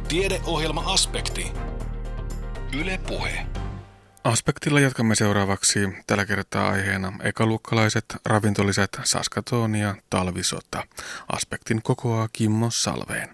Tiedeohjelma-aspekti. Yle Puhe. Aspektilla jatkamme seuraavaksi. Tällä kertaa aiheena ekaluokkalaiset, ravintolisät, Saskatoon ja talvisota. Aspektin kokoaa Kimmo Salveen.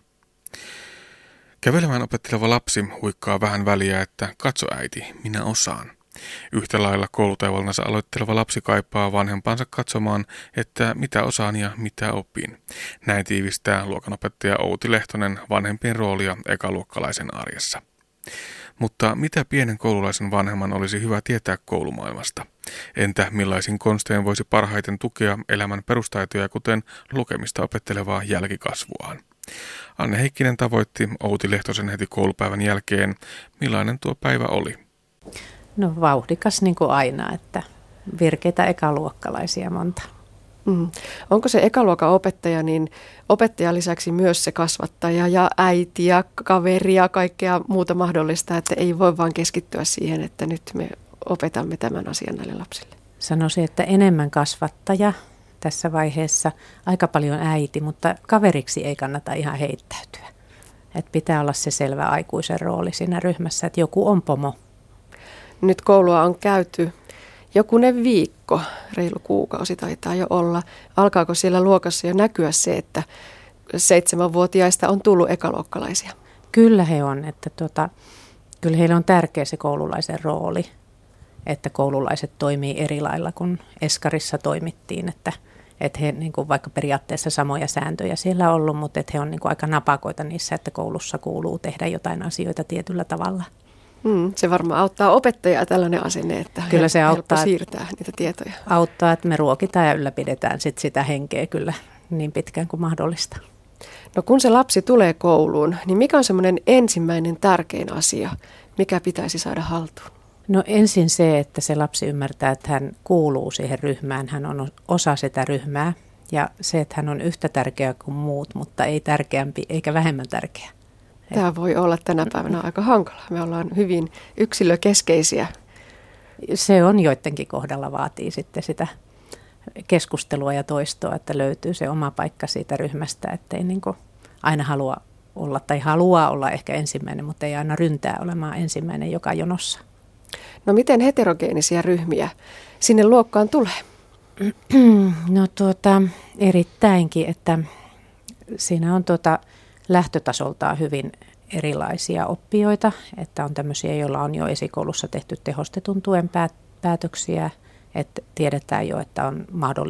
Kävelemään opetteleva lapsi huikkaa vähän väliä, että katso äiti, minä osaan. Yhtä lailla koulutaivallansa aloitteleva lapsi kaipaa vanhempansa katsomaan, että mitä osaan ja mitä opin. Näin tiivistää luokanopettaja Outi Lehtonen vanhempien roolia ekaluokkalaisen arjessa. Mutta mitä pienen koululaisen vanhemman olisi hyvä tietää koulumaailmasta? Entä millaisin konstein voisi parhaiten tukea elämän perustaitoja, kuten lukemista opettelevaa jälkikasvuaan? Anne Heikkinen tavoitti Outi Lehtosen heti koulupäivän jälkeen. Millainen tuo päivä oli? No vauhdikas niin kuin aina, että virkeitä ekaluokkalaisia monta. Onko se ekaluokan opettaja, niin opettajan lisäksi myös se kasvattaja ja äiti ja kaveri ja kaikkea muuta mahdollista, että ei voi vaan keskittyä siihen, että nyt me opetamme tämän asian näille lapsille? Sanoisin, että enemmän kasvattaja tässä vaiheessa, aika paljon äiti, mutta kaveriksi ei kannata ihan heittäytyä. Että pitää olla se selvä aikuisen rooli siinä ryhmässä, että joku on pomo. Nyt koulua on käyty jokunen viikko, reilu kuukausi taitaa jo olla. Alkaako siellä luokassa jo näkyä se, että 7-vuotiaista on tullut ekaluokkalaisia? Kyllä he on, että kyllä heillä on tärkeä se koululaisen rooli, että koululaiset toimii eri lailla kuin eskarissa toimittiin, että he niin kuin vaikka periaatteessa samoja sääntöjä siellä on ollut, mutta että he on niin kuin aika napakoita niissä, että koulussa kuuluu tehdä jotain asioita tietyllä tavalla. Se varmaan auttaa opettajaa tällainen asenne, että kyllä se auttaa siirtää niitä tietoja. Auttaa, että me ruokitaan ja ylläpidetään sitä henkeä kyllä niin pitkään kuin mahdollista. No kun se lapsi tulee kouluun, niin mikä on semmoinen ensimmäinen tärkein asia, mikä pitäisi saada haltuun? No ensin se, että se lapsi ymmärtää, että hän kuuluu siihen ryhmään, hän on osa sitä ryhmää ja se, että hän on yhtä tärkeä kuin muut, mutta ei tärkeämpi eikä vähemmän tärkeä. Tämä voi olla tänä päivänä aika hankala. Me ollaan hyvin yksilökeskeisiä. Se on joidenkin kohdalla vaatii sitten sitä keskustelua ja toistoa, että löytyy se oma paikka siitä ryhmästä, ettei niin kuin aina halua olla tai haluaa olla ehkä ensimmäinen, mutta ei aina ryntää olemaan ensimmäinen joka jonossa. No miten heterogeenisia ryhmiä sinne luokkaan tulee? No erittäinkin, että siinä on lähtötasoltaan hyvin erilaisia oppijoita, että on tämmöisiä, joilla on jo esikoulussa tehty tehostetun tuen päätöksiä, että tiedetään jo, että on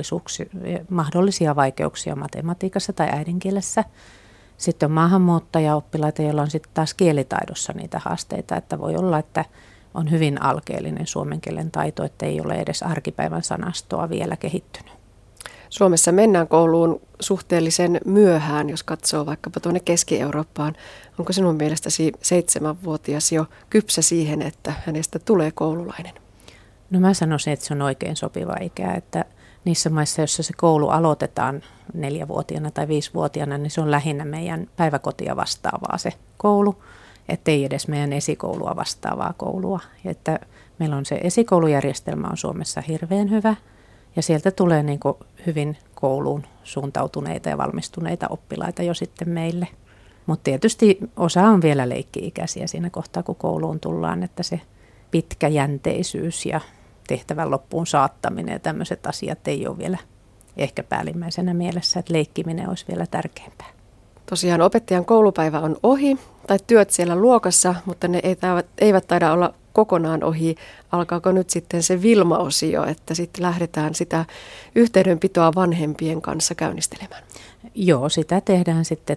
mahdollisia vaikeuksia matematiikassa tai äidinkielessä. Sitten on maahanmuuttajaoppilaita, joilla on sitten taas kielitaidossa niitä haasteita, että voi olla, että on hyvin alkeellinen suomen kielen taito, että ei ole edes arkipäivän sanastoa vielä kehittynyt. Suomessa mennään kouluun suhteellisen myöhään, jos katsoo vaikkapa tuonne Keski-Eurooppaan. Onko sinun mielestäsi 7-vuotias jo kypsä siihen, että hänestä tulee koululainen? No mä sanoisin, että se on oikein sopiva ikä, että niissä maissa, joissa se koulu aloitetaan 4-vuotiaana tai 5-vuotiaana, niin se on lähinnä meidän päiväkotia vastaavaa se koulu, ettei edes meidän esikoulua vastaavaa koulua. Että meillä on se esikoulujärjestelmä on Suomessa hirveän hyvä. Ja sieltä tulee niin kuin hyvin kouluun suuntautuneita ja valmistuneita oppilaita jo sitten meille. Mutta tietysti osa on vielä leikki-ikäisiä siinä kohtaa, kun kouluun tullaan, että se pitkäjänteisyys ja tehtävän loppuun saattaminen ja tämmöiset asiat ei ole vielä ehkä päällimmäisenä mielessä, että leikkiminen olisi vielä tärkeämpää. Tosiaan opettajan koulupäivä on ohi tai työt siellä luokassa, mutta ne eivät taida olla kokonaan ohi. Alkaako nyt sitten se Vilma-osio, että sitten lähdetään sitä yhteydenpitoa vanhempien kanssa käynnistelemään? Joo, sitä tehdään sitten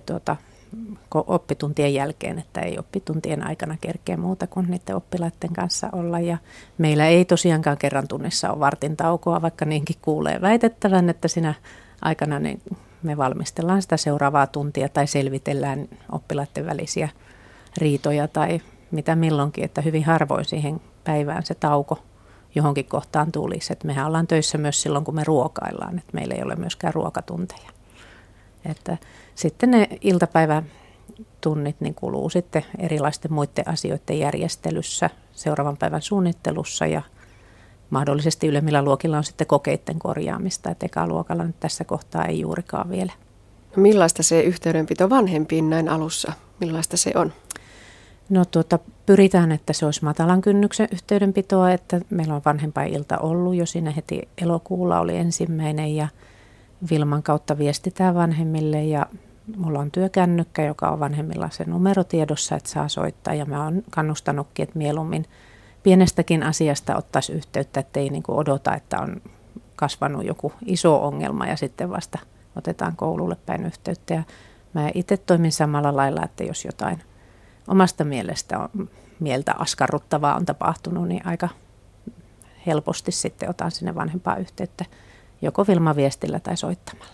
oppituntien jälkeen, että ei oppituntien aikana kerkeä muuta kuin niiden oppilaiden kanssa olla. Ja meillä ei tosiaankaan kerran tunnissa ole vartin taukoa, vaikka niinkin kuulee väitettävän, että siinä aikana niin me valmistellaan sitä seuraavaa tuntia tai selvitellään oppilaiden välisiä riitoja tai mitä milloinkin, että hyvin harvoin siihen päivään se tauko johonkin kohtaan tulisi. Että mehän ollaan töissä myös silloin, kun me ruokaillaan, että meillä ei ole myöskään ruokatunteja. Että sitten ne iltapäivätunnit niin kuluu sitten erilaisten muiden asioiden järjestelyssä, seuraavan päivän suunnittelussa ja mahdollisesti ylemmillä luokilla on sitten kokeiden korjaamista, että ekaluokalla nyt tässä kohtaa ei juurikaan vielä. No millaista se yhteydenpito vanhempiin näin alussa, millaista se on? No pyritään, että se olisi matalan kynnyksen yhteydenpitoa, että meillä on vanhempainilta ollut jo siinä heti elokuulla oli ensimmäinen ja Vilman kautta viestitään vanhemmille ja mulla on työkännykkä, joka on vanhemmilla se numerotiedossa, että saa soittaa ja mä oon kannustanutkin, että mieluummin pienestäkin asiasta ottaisi yhteyttä, ettei niin kuin odota, että on kasvanut joku iso ongelma ja sitten vasta otetaan koululle päin yhteyttä. Ja mä itse toimin samalla lailla, että jos jotain omasta mielestä on mieltä askarruttavaa on tapahtunut, niin aika helposti sitten otan sinne vanhempaan yhteyttä joko Vilma-viestillä tai soittamalla.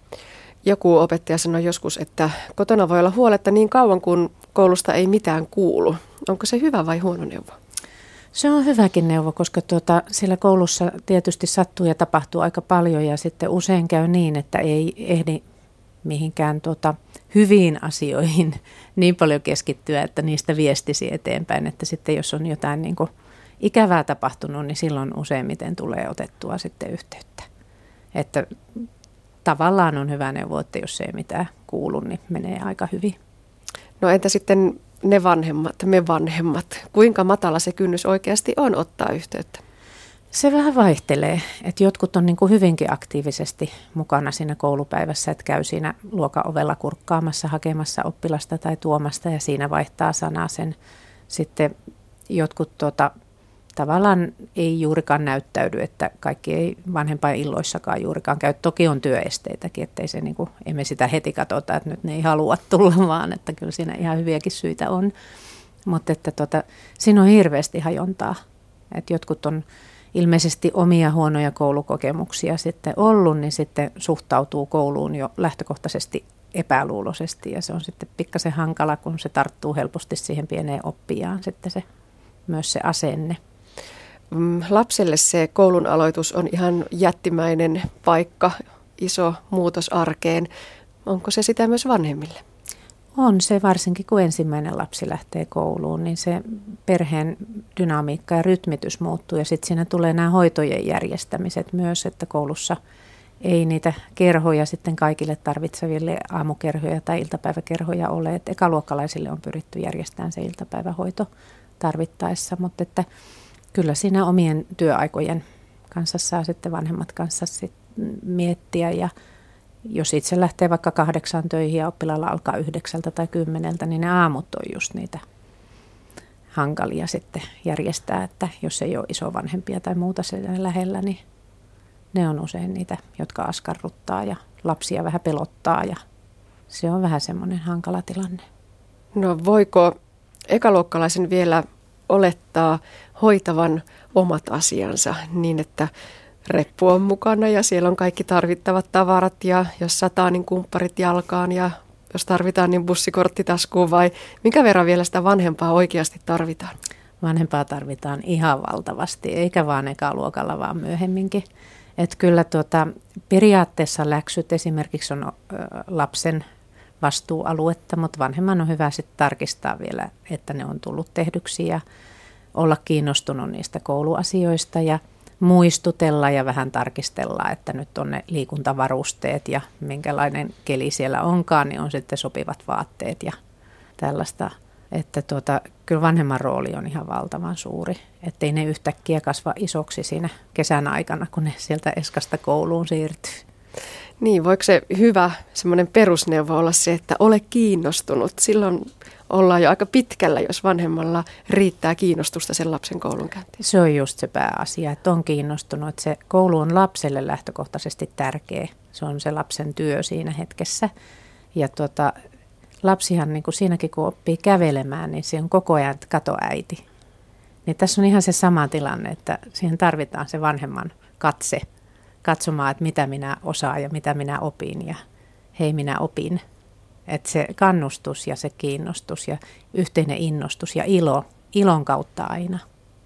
Joku opettaja sanoi joskus, että kotona voi olla huoletta niin kauan, kun koulusta ei mitään kuulu. Onko se hyvä vai huono neuvo? Se on hyväkin neuvo, koska siellä koulussa tietysti sattuu ja tapahtuu aika paljon ja sitten usein käy niin, että ei ehdi mihinkään hyviin asioihin niin paljon keskittyä, että niistä viestisi eteenpäin. Että sitten jos on jotain niin kuin ikävää tapahtunut, niin silloin useimmiten tulee otettua sitten yhteyttä. Että tavallaan on hyvä neuvo, että jos ei mitään kuulu, niin menee aika hyvin. No entä sitten me vanhemmat? Kuinka matala se kynnys oikeasti on ottaa yhteyttä? Se vähän vaihtelee, että jotkut on niin kuin hyvinkin aktiivisesti mukana siinä koulupäivässä, että käy siinä luokan ovella kurkkaamassa, hakemassa oppilasta tai tuomasta ja siinä vaihtaa sanaa sen. Sitten jotkut tavallaan ei juurikaan näyttäydy, että kaikki ei vanhempain illoissakaan juurikaan käy. Toki on työesteitäkin, ettei se niin kuin, emme sitä heti katsota, että nyt ne ei halua tulla, vaan että kyllä siinä ihan hyviäkin syitä on. Mutta että siinä on hirveästi hajontaa, että jotkut on ilmeisesti omia huonoja koulukokemuksia sitten ollut, niin sitten suhtautuu kouluun jo lähtökohtaisesti epäluuloisesti ja se on sitten pikkasen hankala, kun se tarttuu helposti siihen pieneen oppijaan sitten myös se asenne. Lapselle se koulun aloitus on ihan jättimäinen paikka, iso muutos arkeen. Onko se sitä myös vanhemmille? On se, varsinkin kun ensimmäinen lapsi lähtee kouluun, niin se perheen dynamiikka ja rytmitys muuttuu ja sitten siinä tulee nämä hoitojen järjestämiset myös, että koulussa ei niitä kerhoja sitten kaikille tarvitseville aamukerhoja tai iltapäiväkerhoja ole. Että ekaluokkalaisille on pyritty järjestämään se iltapäivähoito tarvittaessa, mutta että kyllä siinä omien työaikojen kanssa saa sitten vanhemmat kanssa miettiä ja jos itse lähtee vaikka 8 töihin ja oppilaalla alkaa 9 tai 10, niin ne aamut on just niitä hankalia sitten järjestää, että jos ei ole isovanhempia tai muuta siellä lähellä, niin ne on usein niitä, jotka askarruttaa ja lapsia vähän pelottaa ja se on vähän semmoinen hankala tilanne. No voiko ekaluokkalaisen vielä olettaa hoitavan omat asiansa niin, että reppu on mukana ja siellä on kaikki tarvittavat tavarat ja jos sataa, niin kumpparit jalkaan ja jos tarvitaan, niin bussikortti taskuun vai minkä verran vielä sitä vanhempaa oikeasti tarvitaan? Vanhempaa tarvitaan ihan valtavasti, eikä vaan ekaluokalla, vaan myöhemminkin. Että kyllä periaatteessa läksyt esimerkiksi on lapsen vastuualuetta, mutta vanhemman on hyvä sitten tarkistaa vielä, että ne on tullut tehdyksi ja olla kiinnostunut niistä kouluasioista ja muistutella ja vähän tarkistella, että nyt on ne liikuntavarusteet ja minkälainen keli siellä onkaan, niin on sitten sopivat vaatteet ja tällaista. Että kyllä vanhemman rooli on ihan valtavan suuri, ettei ne yhtäkkiä kasva isoksi siinä kesän aikana, kun ne sieltä eskasta kouluun siirtyy. Niin, voiko se hyvä semmoinen perusneuvo olla se, että ole kiinnostunut? Silloin ollaan jo aika pitkällä, jos vanhemmalla riittää kiinnostusta sen lapsen koulunkäyntiin. Se on just se pääasia, että on kiinnostunut, että se koulu on lapselle lähtökohtaisesti tärkeä. Se on se lapsen työ siinä hetkessä. Ja lapsihan niin kuin siinäkin, kun oppii kävelemään, niin se on koko ajan, että kato äiti. Niin tässä on ihan se sama tilanne, että siihen tarvitaan se vanhemman katse katsomaan, että mitä minä osaan ja mitä minä opin ja hei minä opin. Että se kannustus ja se kiinnostus ja yhteinen innostus ja ilon kautta aina.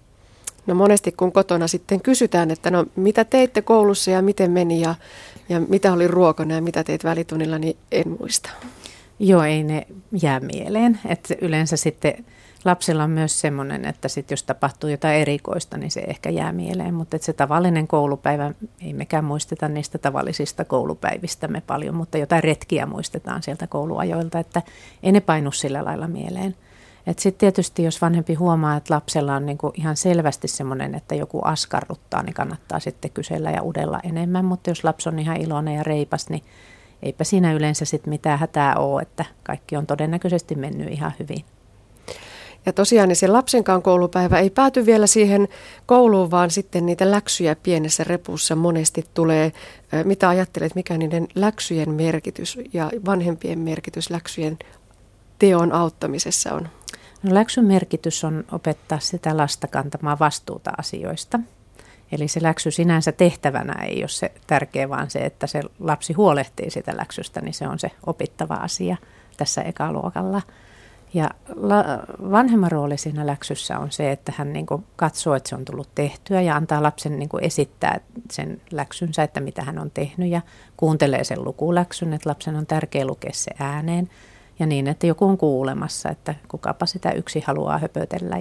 No monesti kun kotona sitten kysytään, että no mitä teitte koulussa ja miten meni ja mitä oli ruokana ja mitä teit välitunnilla, niin en muista. Joo, ei ne jää mieleen. Että yleensä sitten lapsilla on myös semmoinen, että sit jos tapahtuu jotain erikoista, niin se ehkä jää mieleen. Mutta se tavallinen koulupäivä, ei mekään muisteta niistä tavallisista koulupäivistämme paljon, mutta jotain retkiä muistetaan sieltä kouluajoilta, että ei ne painu sillä lailla mieleen. Sitten tietysti jos vanhempi huomaa, että lapsella on niin kuin ihan selvästi semmoinen, että joku askarruttaa, niin kannattaa sitten kysellä ja udella enemmän. Mutta jos lapsi on ihan iloinen ja reipas, niin eipä siinä yleensä sitten mitään hätää ole, että kaikki on todennäköisesti mennyt ihan hyvin. Ja tosiaan niin se lapsenkaan koulupäivä ei pääty vielä siihen kouluun, vaan sitten niitä läksyjä pienessä repussa monesti tulee. Mitä ajattelet, mikä niiden läksyjen merkitys ja vanhempien merkitys läksyjen teon auttamisessa on? No, läksyn merkitys on opettaa sitä lasta kantamaan vastuuta asioista. Eli se läksy sinänsä tehtävänä ei ole se tärkeä, vaan se, että se lapsi huolehtii sitä läksystä, niin se on se opittava asia tässä ekaluokalla. Ja vanhemman rooli siinä läksyssä on se, että hän niin kuin katsoo, että se on tullut tehtyä ja antaa lapsen niin kuin esittää sen läksynsä, että mitä hän on tehnyt ja kuuntelee sen lukuläksyn, että lapsen on tärkeä lukea se ääneen ja niin, että joku on kuulemassa, että kukapa sitä yksi haluaa höpötellä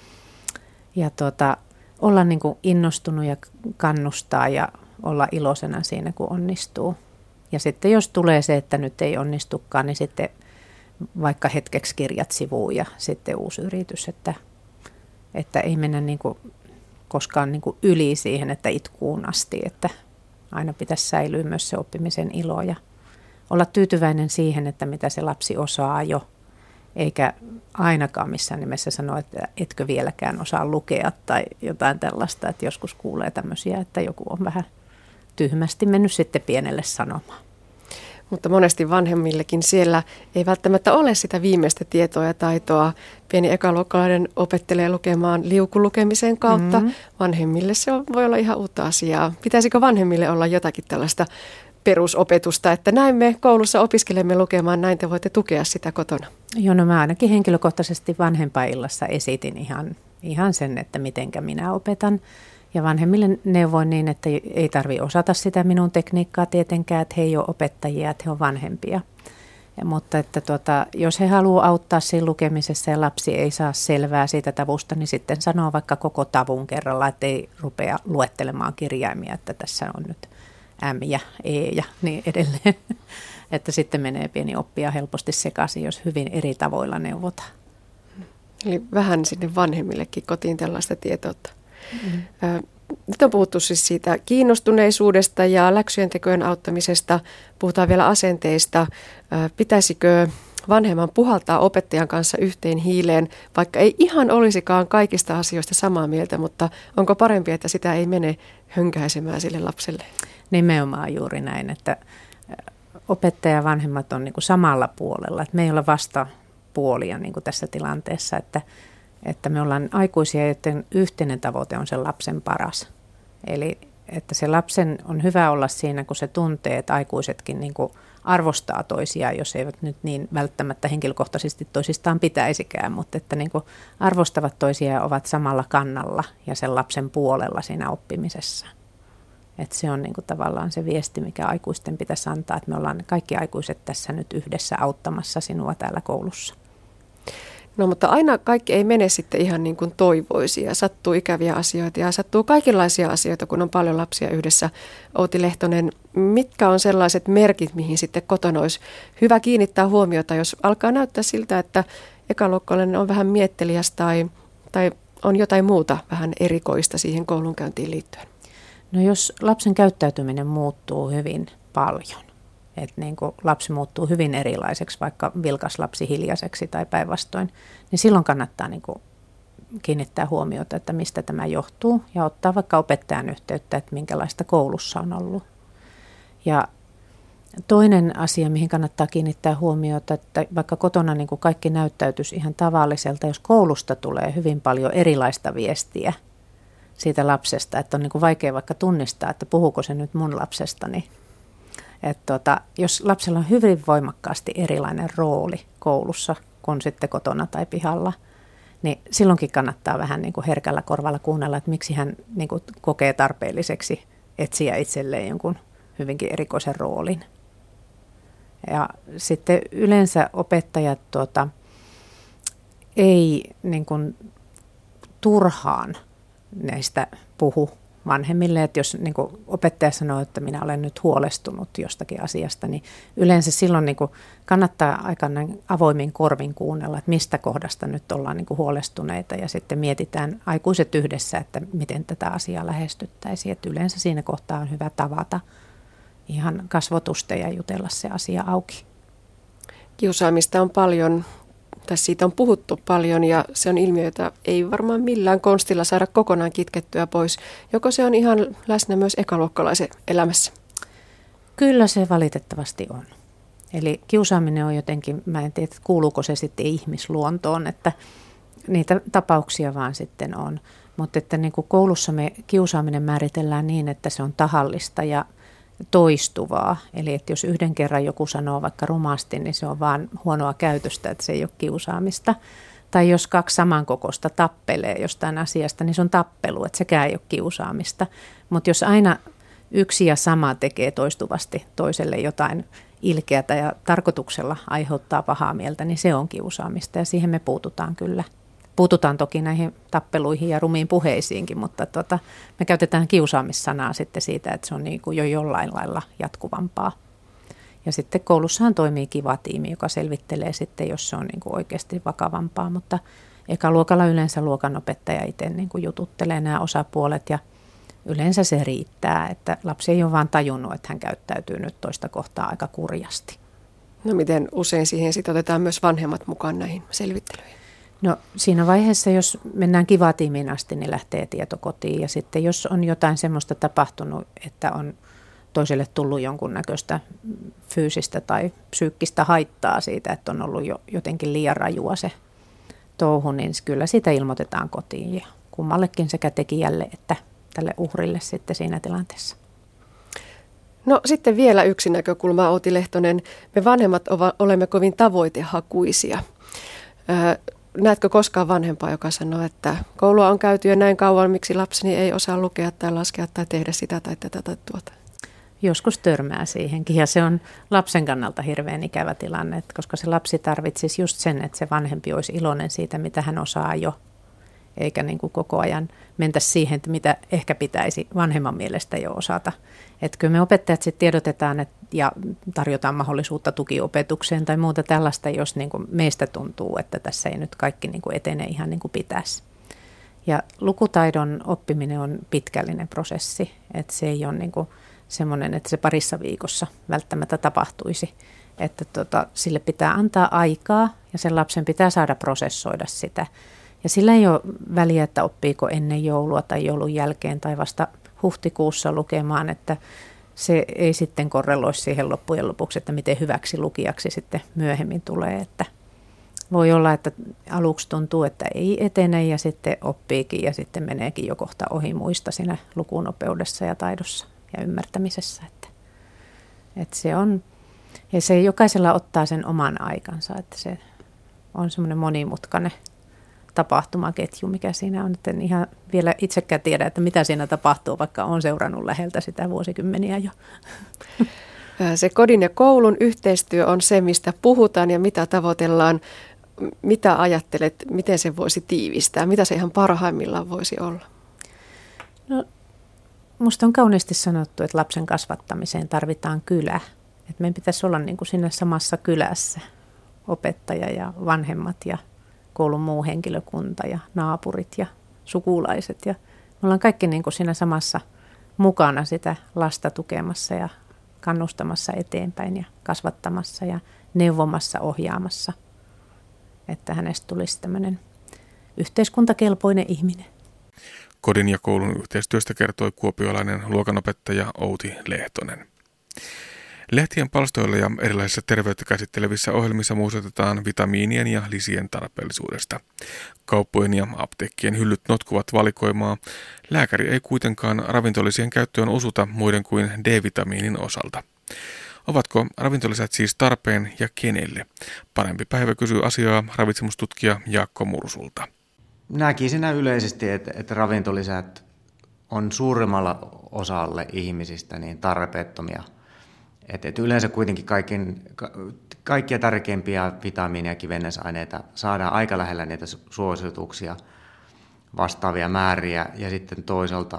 ja olla niin kuin innostunut ja kannustaa ja olla iloisena siinä, kun onnistuu. Ja sitten jos tulee se, että nyt ei onnistukaan, niin sitten vaikka hetkeksi kirjat sivuun ja sitten uusi yritys, että ei mennä niin kuin koskaan niin kuin yli siihen, että itkuun asti, että aina pitäisi säilyä myös se oppimisen ilo ja olla tyytyväinen siihen, että mitä se lapsi osaa jo, eikä ainakaan missään nimessä sanoa, että etkö vieläkään osaa lukea tai jotain tällaista, että joskus kuulee tämmöisiä, että joku on vähän tyhmästi mennyt sitten pienelle sanomaan. Mutta monesti vanhemmillekin siellä ei välttämättä ole sitä viimeistä tietoa ja taitoa. Pieni ekaluokkalainen opettelee lukemaan liukulukemisen kautta. Vanhemmille se voi olla ihan uutta asiaa. Pitäisikö vanhemmille olla jotakin tällaista perusopetusta, että näin me koulussa opiskelemme lukemaan, näin te voitte tukea sitä kotona? Joo, no mä ainakin henkilökohtaisesti vanhempainillassa esitin ihan sen, että mitenkä minä opetan. Ja vanhemmille neuvoin niin, että ei tarvitse osata sitä minun tekniikkaa tietenkään, että he ei ole opettajia, että he on vanhempia. Mutta että jos he haluaa auttaa siinä lukemisessa ja lapsi ei saa selvää siitä tavusta, niin sitten sanoo vaikka koko tavun kerralla, että ei rupea luettelemaan kirjaimia, että tässä on nyt M ja E ja niin edelleen. Että sitten menee pieni oppija helposti sekaisin, jos hyvin eri tavoilla neuvotaan. Eli vähän sinne vanhemmillekin kotiin tällaista tietoutta. Nyt on puhuttu siis siitä kiinnostuneisuudesta ja läksyjen tekojen auttamisesta. Puhutaan vielä asenteista. Pitäisikö vanhemman puhaltaa opettajan kanssa yhteen hiileen, vaikka ei ihan olisikaan kaikista asioista samaa mieltä, mutta onko parempi, että sitä ei mene hönkäisemään sille lapselle? Nimenomaan juuri näin, että opettaja ja vanhemmat on niin kuin samalla puolella. Että me ei olla vastapuolia niin kuin tässä tilanteessa, että me ollaan aikuisia, joiden yhteinen tavoite on sen lapsen paras. Eli että se lapsen on hyvä olla siinä, kun se tuntee, että aikuisetkin niin kuin arvostaa toisiaan, jos eivät nyt niin välttämättä henkilökohtaisesti toisistaan pitäisikään, mutta että niin kuin arvostavat toisiaan ja ovat samalla kannalla ja sen lapsen puolella siinä oppimisessa. Että se on niin kuin tavallaan se viesti, mikä aikuisten pitäisi antaa, että me ollaan kaikki aikuiset tässä nyt yhdessä auttamassa sinua täällä koulussa. No mutta aina kaikki ei mene sitten ihan niin kuin toivoisi ja sattuu ikäviä asioita ja sattuu kaikenlaisia asioita, kun on paljon lapsia yhdessä. Outi Lehtonen, mitkä on sellaiset merkit, mihin sitten kotona olisi hyvä kiinnittää huomiota, jos alkaa näyttää siltä, että ekaluokkalainen on vähän mietteliäs tai on jotain muuta vähän erikoista siihen koulunkäyntiin liittyen? No jos lapsen käyttäytyminen muuttuu hyvin paljon. Että niin kuin lapsi muuttuu hyvin erilaiseksi, vaikka vilkas lapsi hiljaiseksi tai päinvastoin, niin silloin kannattaa niin kuin kiinnittää huomiota, että mistä tämä johtuu ja ottaa vaikka opettajan yhteyttä, että minkälaista koulussa on ollut. Ja toinen asia, mihin kannattaa kiinnittää huomiota, että vaikka kotona niin kuin kaikki näyttäytyisi ihan tavalliselta, jos koulusta tulee hyvin paljon erilaista viestiä siitä lapsesta, että on niin kuin vaikea vaikka tunnistaa, että puhuuko se nyt mun lapsestani. Että jos lapsella on hyvin voimakkaasti erilainen rooli koulussa kuin sitten kotona tai pihalla, niin silloinkin kannattaa vähän niin kuin herkällä korvalla kuunnella, että miksi hän niin kuin kokee tarpeelliseksi etsiä itselleen jonkun hyvinkin erikoisen roolin. Ja sitten yleensä opettajat ei niin kuin turhaan näistä puhu vanhemmille, että jos niin kuin opettaja sanoo, että minä olen nyt huolestunut jostakin asiasta, niin yleensä silloin niin kuin kannattaa aika avoimin korvin kuunnella, että mistä kohdasta nyt ollaan niin kuin huolestuneita ja sitten mietitään aikuiset yhdessä, että miten tätä asiaa lähestyttäisiin. Että yleensä siinä kohtaa on hyvä tavata ihan kasvotusten ja jutella se asia auki. Kiusaamista on paljon, tai siitä on puhuttu paljon ja se on ilmiö, jota ei varmaan millään konstilla saada kokonaan kitkettyä pois. Joko se on ihan läsnä myös ekaluokkalaisen elämässä? Kyllä se valitettavasti on. Eli kiusaaminen on jotenkin, mä en tiedä, kuuluuko se sitten ihmisluontoon, että niitä tapauksia vaan sitten on. Mutta että niin kuin koulussa me kiusaaminen määritellään niin, että se on tahallista ja toistuvaa. Eli että jos yhden kerran joku sanoo vaikka rumasti, niin se on vaan huonoa käytöstä, että se ei ole kiusaamista. Tai jos kaksi samankokoista tappelee jostain asiasta, niin se on tappelu, että sekään ei ole kiusaamista. Mutta jos aina yksi ja sama tekee toistuvasti toiselle jotain ilkeätä ja tarkoituksella aiheuttaa pahaa mieltä, niin se on kiusaamista ja siihen me puututaan kyllä. Puututaan toki näihin tappeluihin ja rumiin puheisiinkin, mutta me käytetään kiusaamissanaa sitten siitä, että se on niin kuin jo jollain lailla jatkuvampaa. Ja sitten koulussahan toimii kiva tiimi, joka selvittelee sitten, jos se on niin kuin oikeasti vakavampaa, mutta ekaluokalla yleensä luokanopettaja itse niin kuin jututtelee nämä osapuolet ja yleensä se riittää, että lapsi ei ole vaan tajunnut, että hän käyttäytyy nyt toista kohtaa aika kurjasti. No miten usein siihen sitten otetaan myös vanhemmat mukaan näihin selvittelyihin? No siinä vaiheessa, jos mennään kivatiimiin asti, niin lähtee tieto kotiin ja sitten jos on jotain semmoista tapahtunut, että on toiselle tullut jonkunnäköistä fyysistä tai psyykkistä haittaa siitä, että on ollut jo jotenkin liian rajua se touhu, niin kyllä siitä ilmoitetaan kotiin ja kummallekin sekä tekijälle että tälle uhrille sitten siinä tilanteessa. No sitten vielä yksi näkökulma, Outi Lehtonen. Me vanhemmat olemme kovin tavoitehakuisia. Näetkö koskaan vanhempaa, joka sanoo, että koulua on käyty jo näin kauan, miksi lapseni ei osaa lukea tai laskea tai tehdä sitä tai tätä tai tuota? Joskus törmää siihenkin ja se on lapsen kannalta hirveän ikävä tilanne, koska se lapsi tarvitsisi just sen, että se vanhempi olisi iloinen siitä, mitä hän osaa jo. Eikä niin kuin koko ajan mentäisi siihen, että mitä ehkä pitäisi vanhemman mielestä jo osata. Että kyllä me opettajat sitten tiedotetaan ja tarjotaan mahdollisuutta tukiopetukseen tai muuta tällaista, jos niin kuin meistä tuntuu, että tässä ei nyt kaikki niin kuin etene ihan niin kuin pitäisi. Ja lukutaidon oppiminen on pitkällinen prosessi, että se ei ole niin kuin semmoinen, että se parissa viikossa välttämättä tapahtuisi. Että sille pitää antaa aikaa ja sen lapsen pitää saada prosessoida sitä. Ja sillä ei ole väliä, että oppiiko ennen joulua tai joulun jälkeen tai vasta huhtikuussa lukemaan, että se ei sitten korreloi siihen loppujen lopuksi, että miten hyväksi lukijaksi sitten myöhemmin tulee. Että voi olla, että aluksi tuntuu, että ei etene ja sitten oppiikin ja sitten meneekin jo kohta ohi muista siinä lukunopeudessa ja taidossa ja ymmärtämisessä. Että se on, ja se jokaisella ottaa sen oman aikansa, että se on semmoinen monimutkainen tapahtumaketju, mikä siinä on. En ihan vielä itsekään tiedä, että mitä siinä tapahtuu, vaikka olen seurannut läheltä sitä vuosikymmeniä jo. Se kodin ja koulun yhteistyö on se, mistä puhutaan ja mitä tavoitellaan. Mitä ajattelet, miten se voisi tiivistää? Mitä se ihan parhaimmillaan voisi olla? No, musta on kauniisti sanottu, että lapsen kasvattamiseen tarvitaan kylä. Että meidän pitäisi olla niin kuin siinä samassa kylässä opettaja ja vanhemmat ja koulun muu henkilökunta ja naapurit ja sukulaiset. Ja me ollaan kaikki niin kuin siinä samassa mukana sitä lasta tukemassa ja kannustamassa eteenpäin ja kasvattamassa ja neuvomassa, ohjaamassa, että hänestä tulisi tämmöinen yhteiskuntakelpoinen ihminen. Kodin ja koulun yhteistyöstä kertoi kuopiolainen luokanopettaja Outi Lehtonen. Lehtien palstoilla ja erilaisissa terveyttä käsittelevissä ohjelmissa muistutetaan vitamiinien ja lisien tarpeellisuudesta. Kauppojen ja apteekkien hyllyt notkuvat valikoimaa. Lääkäri ei kuitenkaan ravintolisien käyttöön osuta muiden kuin D-vitamiinin osalta. Ovatko ravintolisät siis tarpeen ja kenelle? Parempi päivä kysyy asiaa ravitsemustutkija Jaakko Mursulta. Näkisin yleisesti, että ravintolisät on suuremmalla osalle ihmisistä niin tarpeettomia. Että yleensä kuitenkin kaikkia tärkeimpiä vitamiineja ja kivennäisaineita saadaan aika lähellä niitä suosituksia vastaavia määriä. Ja sitten toisaalta,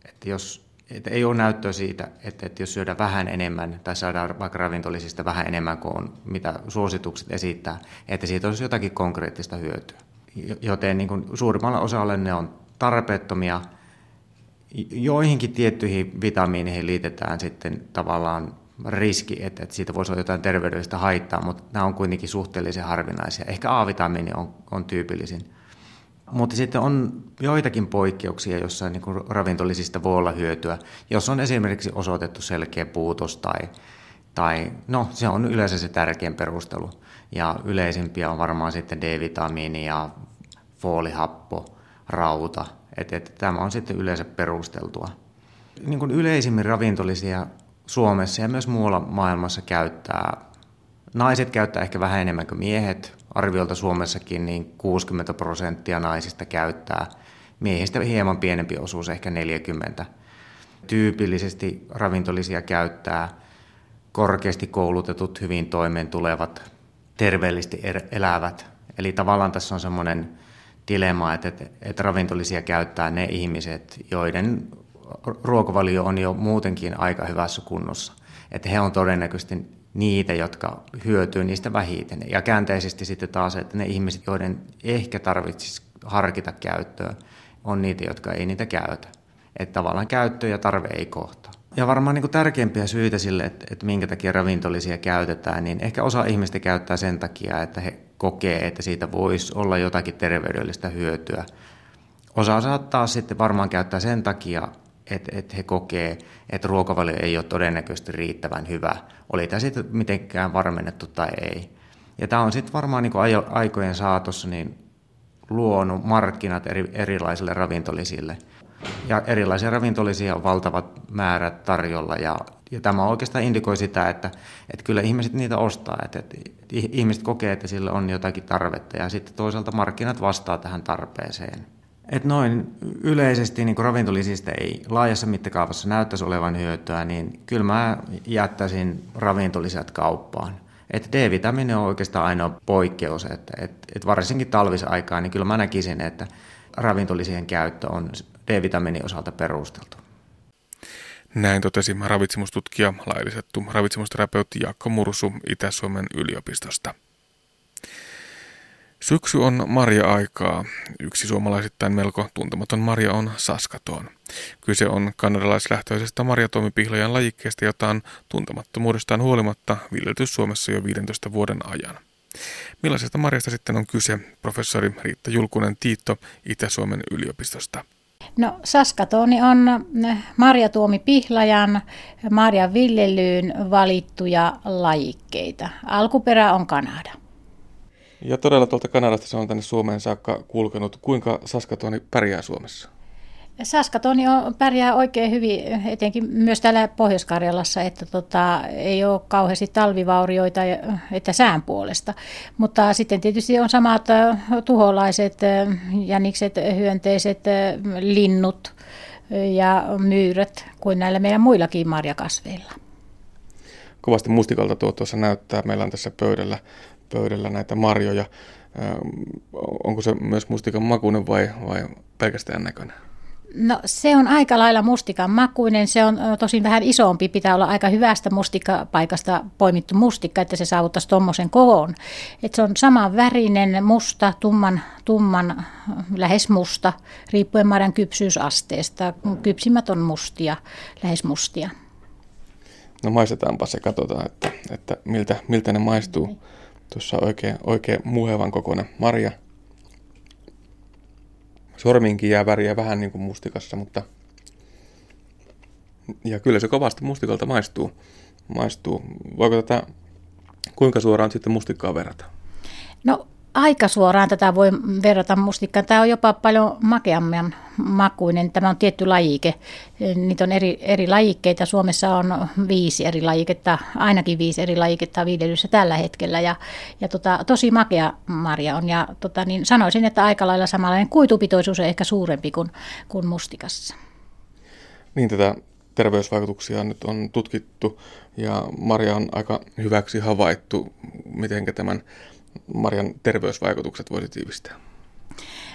Että ei ole näyttöä siitä, että jos syödään vähän enemmän tai saadaan vaikka ravintolisista vähän enemmän kuin on, mitä suositukset esittää, että siitä olisi jotakin konkreettista hyötyä. Joten niin kuin suurimmalla osalla ne on tarpeettomia. Joihinkin tiettyihin vitamiineihin liitetään sitten tavallaan riski, että siitä voisi olla jotain terveydellistä haittaa, mutta nämä on kuitenkin suhteellisen harvinaisia. Ehkä A-vitamiini on tyypillisin. Mutta sitten on joitakin poikkeuksia, joissa niin kuin ravintolisista voi olla hyötyä, jos on esimerkiksi osoitettu selkeä puutos tai se on yleensä se tärkein perustelu. Ja yleisimpiä on varmaan sitten D-vitamiini ja foolihappo, rauta. Tämä on sitten yleensä perusteltua. Niin kuin yleisimmin ravintolisia Suomessa ja myös muualla maailmassa naiset käyttää ehkä vähän enemmän kuin miehet. Arviolta Suomessakin niin 60% naisista käyttää. Miehistä hieman pienempi osuus, ehkä 40%. Tyypillisesti ravintolisia käyttää korkeasti koulutetut, hyvin toimeentulevat, terveellisesti elävät. Eli tavallaan tässä on semmoinen dilemma, että ravintolisia käyttää ne ihmiset, joiden ruokavalio on jo muutenkin aika hyvässä kunnossa. Että he on todennäköisesti niitä, jotka hyötyy niistä vähiten. Ja käänteisesti sitten taas, että ne ihmiset, joiden ehkä tarvitsisi harkita käyttöä, on niitä, jotka ei niitä käytä. Että tavallaan käyttö ja tarve ei kohtaa. Ja varmaan niin kuin tärkeimpiä syitä sille, että minkä takia ravintolisia käytetään, niin ehkä osa ihmistä käyttää sen takia, että he kokee, että siitä voisi olla jotakin terveydellistä hyötyä. Osa saattaa sitten varmaan käyttää sen takia, että he kokee, että ruokavalio ei ole todennäköisesti riittävän hyvä. Oli tämä sitten mitenkään varmennettu tai ei. Ja tämä on sitten varmaan niin kuin aikojen saatossa niin luonut markkinat erilaisille ravintolisille. Ja erilaisia ravintolisia on valtavat määrät tarjolla. Ja tämä oikeastaan indikoi sitä, että kyllä ihmiset niitä ostaa. Että ihmiset kokee, että sillä on jotakin tarvetta ja sitten toisaalta markkinat vastaa tähän tarpeeseen. Että noin yleisesti niin kun ravintolisista ei laajassa mittakaavassa näyttäisi olevan hyötyä, niin kyllä mä jättäisin ravintolisät kauppaan. Että D-vitamiini on oikeastaan ainoa poikkeus, että varsinkin talvisaikaan, niin kyllä mä näkisin, että ravintolisien käyttö on D-vitamiinin osalta perusteltu. Näin totesi ravitsemustutkija, laillistettu ravitsemusterapeutti Jaakko Mursu Itä-Suomen yliopistosta. Syksy on marja-aikaa. Yksi suomalaisittain melko tuntematon marja on saskatoon. Kyse on kanadalaislähtöisestä marjatuomipihlajan lajikkeesta, jota on tuntemattomuudestaan huolimatta viljelty Suomessa jo 15 vuoden ajan. Millaisesta marjasta sitten on kyse? Professori Riitta Julkunen-Tiitto Itä-Suomen yliopistosta. No, saskatooni on marjatuomipihlajan marjan viljelyyn valittuja lajikkeita. Alkuperä on Kanada. Ja todella tuolta Kanadasta se on tänne Suomeen saakka kulkenut. Kuinka saskatooni pärjää Suomessa? Saskatooni pärjää oikein hyvin, etenkin myös täällä Pohjois-Karjalassa, että ei ole kauheasti talvivaurioita että sään puolesta. Mutta sitten tietysti on samat tuholaiset, jänikset, hyönteiset, linnut ja myyrät kuin näillä meidän muillakin marjakasveilla. Kovasti mustikalta tuossa näyttää. Meillä on tässä pöydällä näitä marjoja. Onko se myös mustikan makuinen vai pelkästään näköinen? No, se on aika lailla mustikan makuinen. Se on tosin vähän isompi. Pitää olla aika hyvästä mustikkapaikasta poimittu mustikka, että se saavuttaisi tuommoisen koon. Että se on saman värinen, musta, tumman, lähes musta, riippuen marjan kypsyysasteesta. Kypsimmät on mustia, lähes mustia. No maistetaanpa se, katsotaan, että miltä ne maistuu. Tuossa on oikein muhevan kokoinen marja. Sormiinkin jää väriä vähän niin kuin mustikassa, mutta ja kyllä se kovasti mustikalta maistuu. Voiko tätä kuinka suoraan sitten mustikkaa verrata? No, aika suoraan tätä voi verrata mustikkaan. Tämä on jopa paljon makeamman makuinen. Tämä on tietty lajike. Niitä on eri lajikkeita. Suomessa on 5 eri lajiketta, ainakin 5 eri lajiketta viljelyssä tällä hetkellä. Ja tosi makea marja on. Ja niin sanoisin, että aika lailla samanlainen kuitupitoisuus on ehkä suurempi kuin mustikassa. Niin, tätä terveysvaikutuksia nyt on tutkittu ja marja on aika hyväksi havaittu. Mitenkä tämän marjan terveysvaikutukset voisi tiivistää?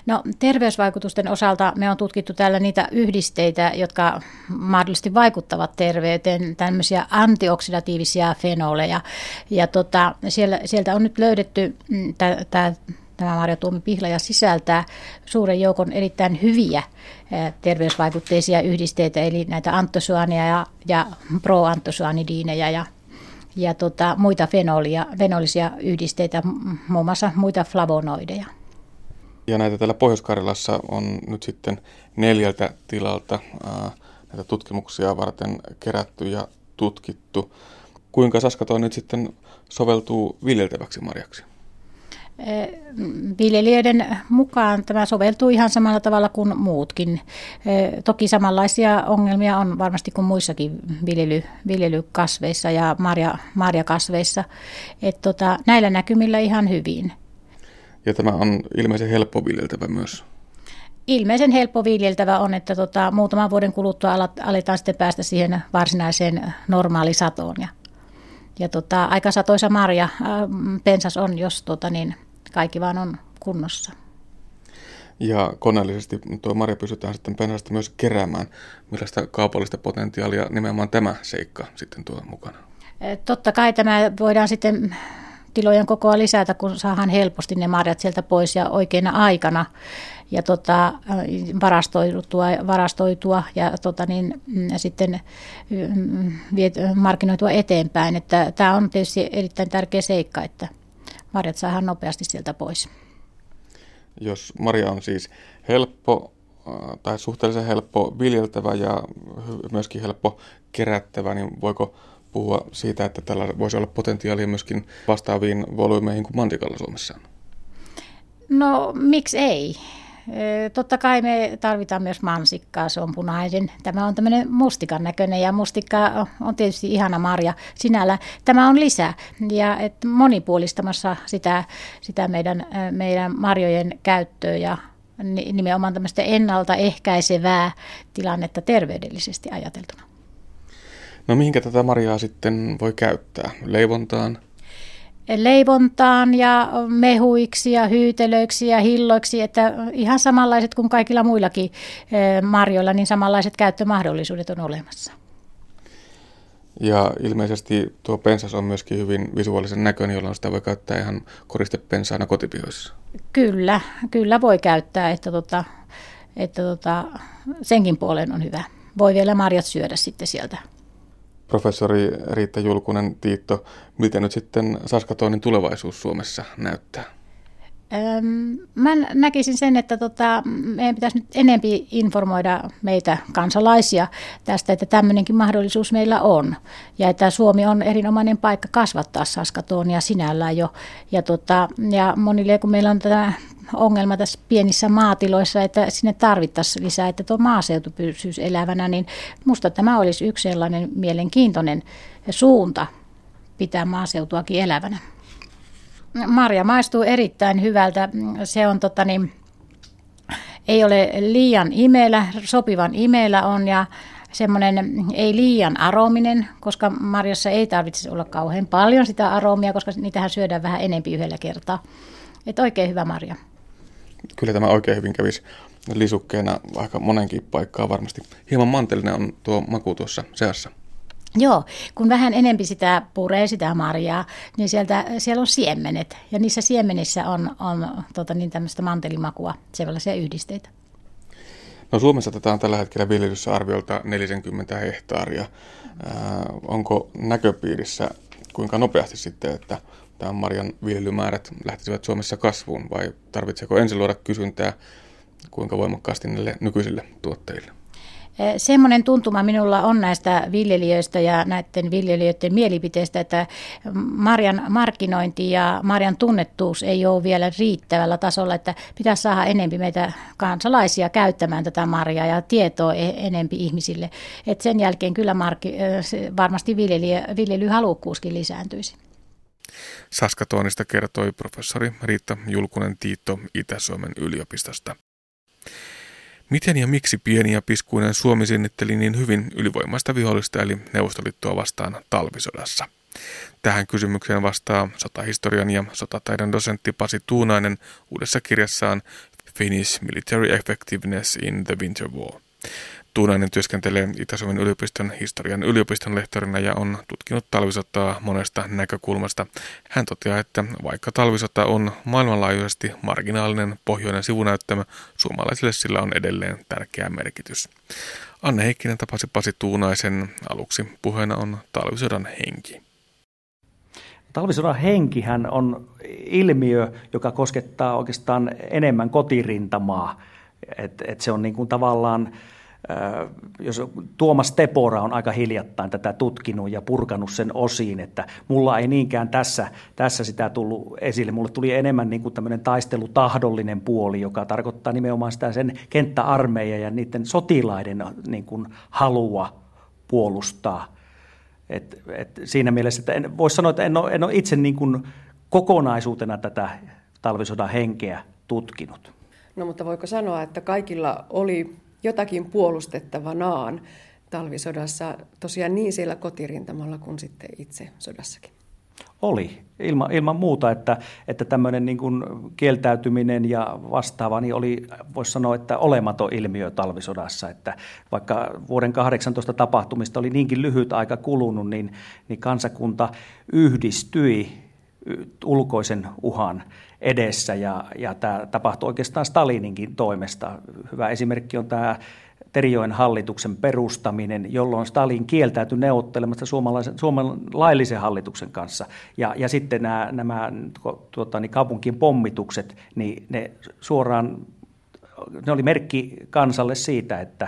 No, terveysvaikutusten osalta me on tutkittu täällä niitä yhdisteitä, jotka mahdollisesti vaikuttavat terveyteen, tämmöisiä antioksidatiivisia fenoleja. Ja sieltä on nyt löydetty tämä marjatuomipihlaja sisältää suuren joukon erittäin hyviä terveysvaikutteisia yhdisteitä, eli näitä antosyaaneja ja proantosyaanidiineja ja muita fenolisia yhdisteitä, muun muassa muita flavonoideja. Ja näitä täällä Pohjois-Karjalassa on nyt sitten 4 tilalta näitä tutkimuksia varten kerätty ja tutkittu. Kuinka saskaton nyt sitten soveltuu viljeltäväksi marjaksi? Viljelijöiden mukaan tämä soveltuu ihan samalla tavalla kuin muutkin. Toki samanlaisia ongelmia on varmasti kuin muissakin viljelykasveissa ja marjakasveissa. Näillä näkymillä ihan hyvin. Ja tämä on ilmeisen helppo viljeltävä myös. Ilmeisen helppo viljeltävä on, että muutaman vuoden kuluttua aletaan sitten päästä siihen varsinaiseen normaalisatoon. Ja aika satoisa pensas on, jos kaikki vaan on kunnossa. Ja koneellisesti tuo marja pystytään sitten pensasta myös keräämään. Millaista kaupallista potentiaalia nimenomaan tämä seikka sitten tuo mukana? Totta kai tämä voidaan sitten tilojen kokoa lisätä, kun saadaan helposti ne marjat sieltä pois ja oikeana aikana ja varastoitua ja sitten markkinoitua eteenpäin. Että tämä on tietysti erittäin tärkeä seikka, että marjat saadaan nopeasti sieltä pois. Jos marja on siis helppo tai suhteellisen helppo viljeltävä ja myöskin helppo kerättävä, niin voiko puhua siitä, että tällä voisi olla potentiaalia myöskin vastaaviin volyymeihin kuin mansikalla Suomessa? No, miksi ei? Totta kai me tarvitaan myös mansikkaa, se on punainen. Tämä on tämmöinen mustikan näköinen ja mustikka on tietysti ihana marja sinällä. Tämä on lisä ja monipuolistamassa sitä meidän marjojen käyttöä ja nimenomaan tämmöistä ennaltaehkäisevää tilannetta terveydellisesti ajateltuna. No mihinkä tätä marjaa sitten voi käyttää? Leivontaan ja mehuiksi ja hyytelöiksi ja hilloiksi, että ihan samanlaiset kuin kaikilla muillakin marjoilla, niin samanlaiset käyttömahdollisuudet on olemassa. Ja ilmeisesti tuo pensas on myöskin hyvin visuaalisen näköinen, jolloin sitä voi käyttää ihan koristepensaana kotipihoissa. Kyllä voi käyttää, että senkin puolen on hyvä. Voi vielä marjat syödä sitten sieltä. Professori Riitta Julkunen-Tiitto, miten nyt sitten Saskatonin tulevaisuus Suomessa näyttää? Mä näkisin sen, että meidän pitäisi nyt enempi informoida meitä kansalaisia tästä, että tämmöinenkin mahdollisuus meillä on. Ja että Suomi on erinomainen paikka kasvattaa Saskatonia sinällään jo. Ja monille, kun meillä on tämä ongelma tässä pienissä maatiloissa, että sinne tarvittaisiin lisää, että tuo maaseutu pysyisi elävänä, niin musta tämä olisi yksi sellainen mielenkiintoinen suunta pitää maaseutuakin elävänä. Marja maistuu erittäin hyvältä. Se on ei ole liian imelä, sopivan imelä on ja semmoinen ei liian arominen, koska marjassa ei tarvitse olla kauhean paljon sitä aromia, koska niitähän syödään vähän enempi yhdellä kertaa. Että oikein hyvä marja. Kyllä tämä oikein hyvin kävisi lisukkeena aika monenkin paikkaa varmasti. Hieman mantelinen on tuo maku tuossa seassa. Joo, kun vähän enempi sitä puree sitä marjaa, niin siellä on siemenet ja niissä siemenissä on tämmöistä mantelimakua, sellaisia yhdisteitä. No Suomessa tätä on tällä hetkellä viljelyssä arviolta 40 hehtaaria. Onko näköpiirissä kuinka nopeasti sitten, että tämän marjan viljelymäärät lähtisivät Suomessa kasvuun vai tarvitseeko ensin luoda kysyntää kuinka voimakkaasti näille nykyisille tuotteille? Semmoinen tuntuma minulla on näistä viljelijöistä ja näiden viljelijöiden mielipiteistä, että marjan markkinointi ja marjan tunnettuus ei ole vielä riittävällä tasolla, että pitäisi saada enempi meitä kansalaisia käyttämään tätä marjaa ja tietoa enempi ihmisille. Et sen jälkeen kyllä varmasti viljelyhalukkuuskin lisääntyisi. Saskatonista kertoi professori Riitta Julkunen-Tiitto Itä-Suomen yliopistosta. Miten ja miksi pieni ja piskuinen Suomi sinnitteli niin hyvin ylivoimaista vihollista eli Neuvostoliittoa vastaan talvisodassa? Tähän kysymykseen vastaa sotahistorian ja sotataidon dosentti Pasi Tuunainen uudessa kirjassaan Finnish Military Effectiveness in the Winter War. Tuunainen työskentelee Itä-Suomen yliopiston historian yliopiston lehtorina ja on tutkinut talvisotaa monesta näkökulmasta. Hän toteaa, että vaikka talvisota on maailmanlaajuisesti marginaalinen pohjoinen sivunäyttämö, suomalaisille sillä on edelleen tärkeä merkitys. Anne Heikkinen tapasi Pasi Tuunaisen. Aluksi puheena on talvisodan henki. Talvisodan henkihän on ilmiö, joka koskettaa oikeastaan enemmän kotirintamaa. Et se on niin kuin tavallaan, jos Tuomas Tepora on aika hiljattain tätä tutkinut ja purkanut sen osiin, että mulla ei niinkään tässä sitä tullut esille. Mulle tuli enemmän niin kuin tämmöinen taistelutahdollinen puoli, joka tarkoittaa nimenomaan sitä sen kenttäarmeijan ja niiden sotilaiden niin kuin halua puolustaa. Et siinä mielessä, että voisi sanoa, että en ole itse niin kuin kokonaisuutena tätä talvisodan henkeä tutkinut. No mutta voiko sanoa, että kaikilla oli jotakin puolustettavanaan talvisodassa tosiaan niin siellä kotirintamalla kuin sitten itse sodassakin? Oli, ilman muuta, että tämmöinen niin kuin kieltäytyminen ja vastaava niin oli, voisi sanoa, että olematon ilmiö talvisodassa. Että vaikka vuoden 18 tapahtumista oli niinkin lyhyt aika kulunut, niin kansakunta yhdistyi ulkoisen uhan edessä ja tämä tapahtui oikeastaan Stalininkin toimesta. Hyvä esimerkki on tämä Terijoen hallituksen perustaminen, jolloin Stalin kieltäytyi neuvottelemasta Suomen laillisen hallituksen kanssa. Ja sitten nämä kaupunkien pommitukset, niin ne oli merkki kansalle siitä, että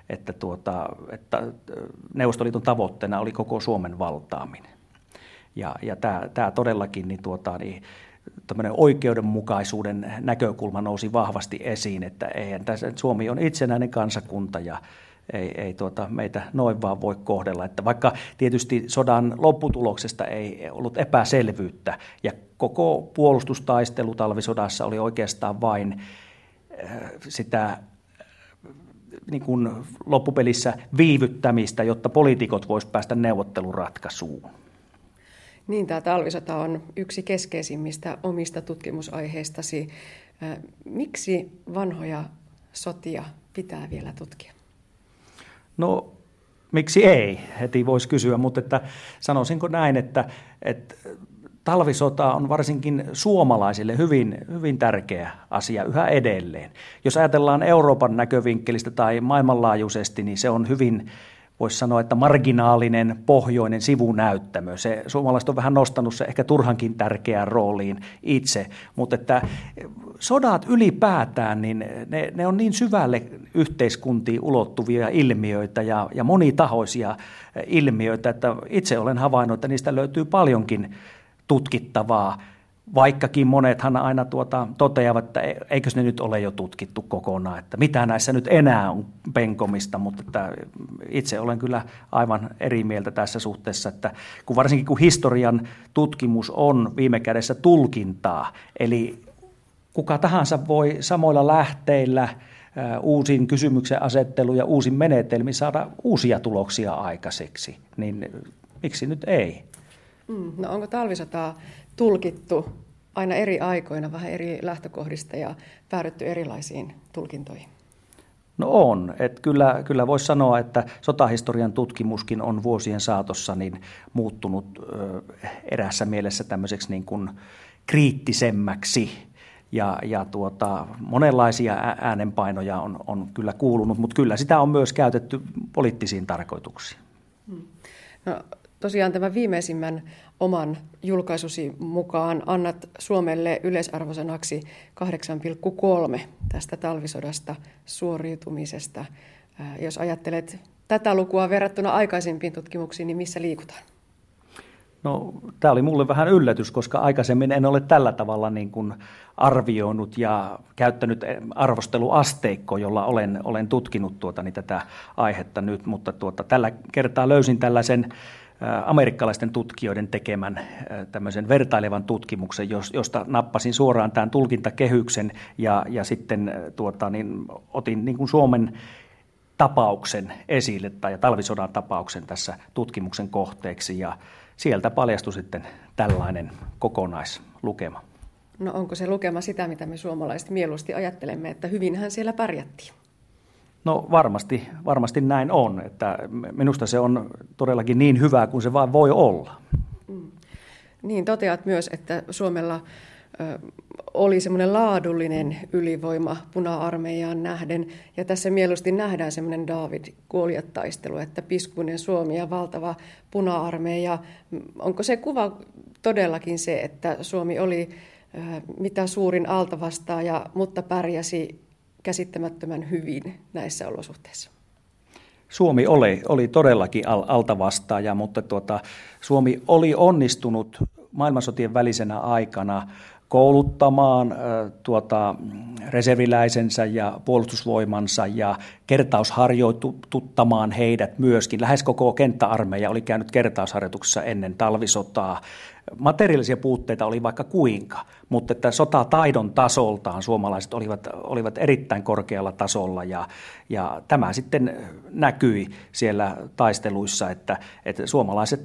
Neuvostoliiton tavoitteena oli koko Suomen valtaaminen. Ja tämä todellakin tämmöinen oikeudenmukaisuuden näkökulma nousi vahvasti esiin, että Suomi on itsenäinen kansakunta ja ei meitä noin vaan voi kohdella. Että vaikka tietysti sodan lopputuloksesta ei ollut epäselvyyttä ja koko puolustustaistelu talvisodassa oli oikeastaan vain sitä niin kuin loppupelissä viivyttämistä, jotta poliitikot voisivat päästä neuvotteluratkaisuun. Niin, tämä talvisota on yksi keskeisimmistä omista tutkimusaiheistasi. Miksi vanhoja sotia pitää vielä tutkia? No, miksi ei? Heti voisi kysyä, mutta sanoisinko näin, että talvisota on varsinkin suomalaisille hyvin, hyvin tärkeä asia yhä edelleen. Jos ajatellaan Euroopan näkövinkkelistä tai maailmanlaajuisesti, niin se on hyvin, voisi sanoa, että marginaalinen pohjoinen sivunäyttämö. Suomalaiset on vähän nostanut se ehkä turhankin tärkeään rooliin itse, mutta että sodat ylipäätään, niin ne on niin syvälle yhteiskuntiin ulottuvia ilmiöitä ja monitahoisia ilmiöitä, että itse olen havainnut, että niistä löytyy paljonkin tutkittavaa, vaikkakin monethan aina toteavat, että eikös ne nyt ole jo tutkittu kokonaan, että mitä näissä nyt enää on penkomista, mutta että itse olen kyllä aivan eri mieltä tässä suhteessa, että varsinkin kun historian tutkimus on viime kädessä tulkintaa, eli kuka tahansa voi samoilla lähteillä uusin kysymyksen asettelu ja uusin menetelmi saada uusia tuloksia aikaiseksi, niin miksi nyt ei? No onko talvisotaa tulkittu aina eri aikoina, vähän eri lähtökohdista ja päädytty erilaisiin tulkintoihin? No on. Että kyllä voisi sanoa, että sotahistorian tutkimuskin on vuosien saatossa niin muuttunut eräässä mielessä tämmöiseksi niin kuin kriittisemmäksi. Ja monenlaisia äänenpainoja on kyllä kuulunut, mutta kyllä sitä on myös käytetty poliittisiin tarkoituksiin. No, tosiaan tämän viimeisimmän oman julkaisusi mukaan annat Suomelle yleisarvosanaksi 8,3 tästä talvisodasta suoriutumisesta. Jos ajattelet tätä lukua verrattuna aikaisempiin tutkimuksiin, niin missä liikutaan? No, tämä oli mulle vähän yllätys, koska aikaisemmin en ole tällä tavalla niin kuin arvioinut ja käyttänyt arvosteluasteikkoa, jolla olen tutkinut tätä aihetta nyt, mutta tällä kertaa löysin tällaisen amerikkalaisten tutkijoiden tekemän tämmöisen vertailevan tutkimuksen, josta nappasin suoraan tämän tulkintakehyksen ja sitten otin niin kuin Suomen tapauksen esille tai talvisodan tapauksen tässä tutkimuksen kohteeksi ja sieltä paljastui sitten tällainen kokonaislukema. No onko se lukema sitä, mitä me suomalaiset mieluusti ajattelemme, että hyvinhän siellä pärjättiin? No varmasti näin on, että minusta se on todellakin niin hyvä kuin se vaan voi olla. Niin, toteat myös, että Suomella oli semmoinen laadullinen ylivoima puna-armeijaan nähden, ja tässä mieluusti nähdään semmoinen Daavid-Goliat-taistelu, että piskuinen Suomi ja valtava puna-armeija. Onko se kuva todellakin se, että Suomi oli mitä suurin altavastaaja, mutta pärjäsi käsittämättömän hyvin näissä olosuhteissa? Suomi oli todellakin altavastaaja, mutta Suomi oli onnistunut maailmansotien välisenä aikana kouluttamaan reserviläisensä ja puolustusvoimansa ja kertausharjoituttamaan heidät myöskin. Lähes koko kenttäarmeija oli käynyt kertausharjoituksessa ennen talvisotaa. Materiaalisia puutteita oli vaikka kuinka, mutta että sotataidon tasoltaan suomalaiset olivat erittäin korkealla tasolla ja tämä sitten näkyi siellä taisteluissa, että suomalaiset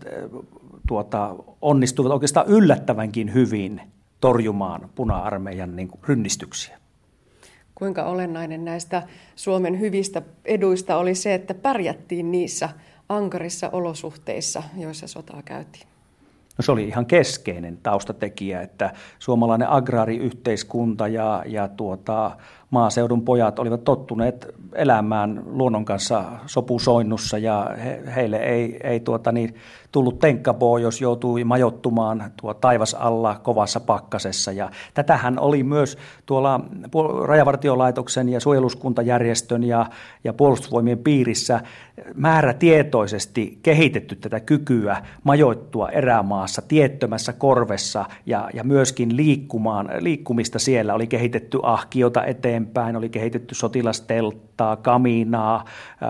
onnistuivat oikeastaan yllättävänkin hyvin torjumaan puna-armeijan rynnistyksiä. Kuinka olennainen näistä Suomen hyvistä eduista oli se, että pärjättiin niissä ankarissa olosuhteissa, joissa sotaa käytiin? No se oli ihan keskeinen taustatekijä, että suomalainen agraariyhteiskunta ja maaseudun pojat olivat tottuneet elämään luonnon kanssa sopusoinnussa ja heille ei tullut tenkkapoo, jos joutui majoittumaan taivas alla kovassa pakkasessa. Ja tätähän oli myös tuolla Rajavartiolaitoksen ja suojeluskuntajärjestön ja puolustusvoimien piirissä määrätietoisesti kehitetty tätä kykyä majoittua erämaassa, tiettömässä korvessa ja myöskin liikkumista siellä. Oli kehitetty ahkiota eteenpäin, oli kehitetty sotilastelttaa, kaminaa,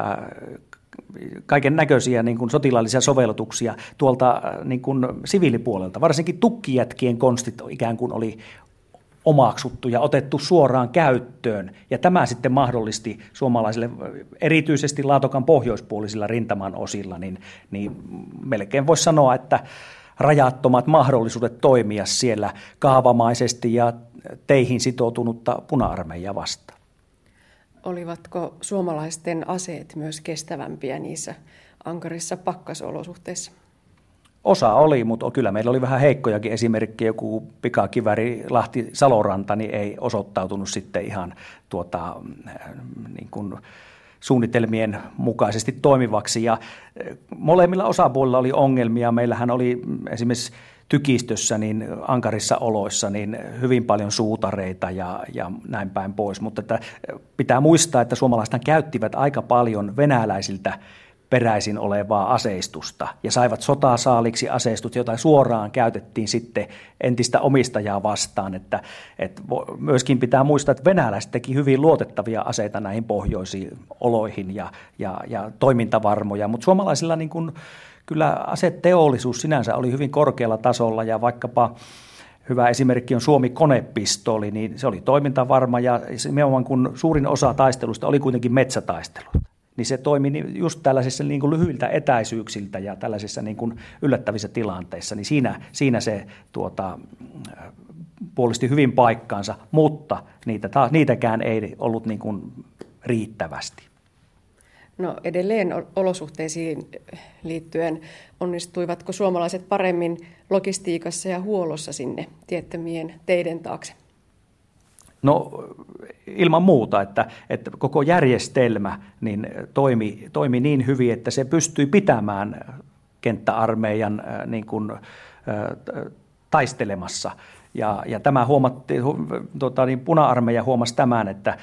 kaiken näköisiä sotilaallisia sovellutuksia tuolta siviilipuolelta. Varsinkin tukkijätkien konstit ikään kuin oli omaksuttu ja otettu suoraan käyttöön. Ja tämä sitten mahdollisti suomalaisille, erityisesti Laatokan pohjoispuolisilla rintaman osilla, niin melkein voisi sanoa, että rajattomat mahdollisuudet toimia siellä kaavamaisesti ja teihin sitoutunutta puna-armeijaa vastaan. Olivatko suomalaisten aseet myös kestävämpiä niissä ankarissa pakkasolosuhteissa? Osa oli, mutta kyllä meillä oli vähän heikkojakin esimerkkejä. Joku pikakiväri Lahti-Saloranta niin ei osoittautunut sitten ihan suunnitelmien mukaisesti toimivaksi. Ja molemmilla osapuolilla oli ongelmia. Meillähän oli esimerkiksi tykistössä niin ankarissa oloissa niin hyvin paljon suutareita ja näin päin pois. Mutta pitää muistaa, että suomalaiset käyttivät aika paljon venäläisiltä peräisin olevaa aseistusta ja saivat sotasaaliksi aseistusta, jota suoraan käytettiin sitten entistä omistajaa vastaan. Että myöskin pitää muistaa, että venäläiset teki hyvin luotettavia aseita näihin pohjoisiin oloihin ja toimintavarmoja, mutta suomalaisilla kyllä aseteollisuus sinänsä oli hyvin korkealla tasolla ja vaikkapa hyvä esimerkki on Suomi-konepistooli, niin se oli toimintavarma ja nimenomaan kun suurin osa taistelusta oli kuitenkin metsätaistelu. Niin se toimi just tällaisissa lyhyiltä etäisyyksiltä ja tällaisissa yllättävissä tilanteissa, niin siinä se puolisti hyvin paikkaansa, mutta niitäkään ei ollut riittävästi. No edelleen olosuhteisiin liittyen, onnistuivatko suomalaiset paremmin logistiikassa ja huollossa sinne tiettömien teiden taakse? No ilman muuta, että koko järjestelmä niin toimi niin hyvin, että se pystyi pitämään kenttäarmeijan taistelemassa. Ja tämä huomattiin, puna-armeija huomasi tämän, että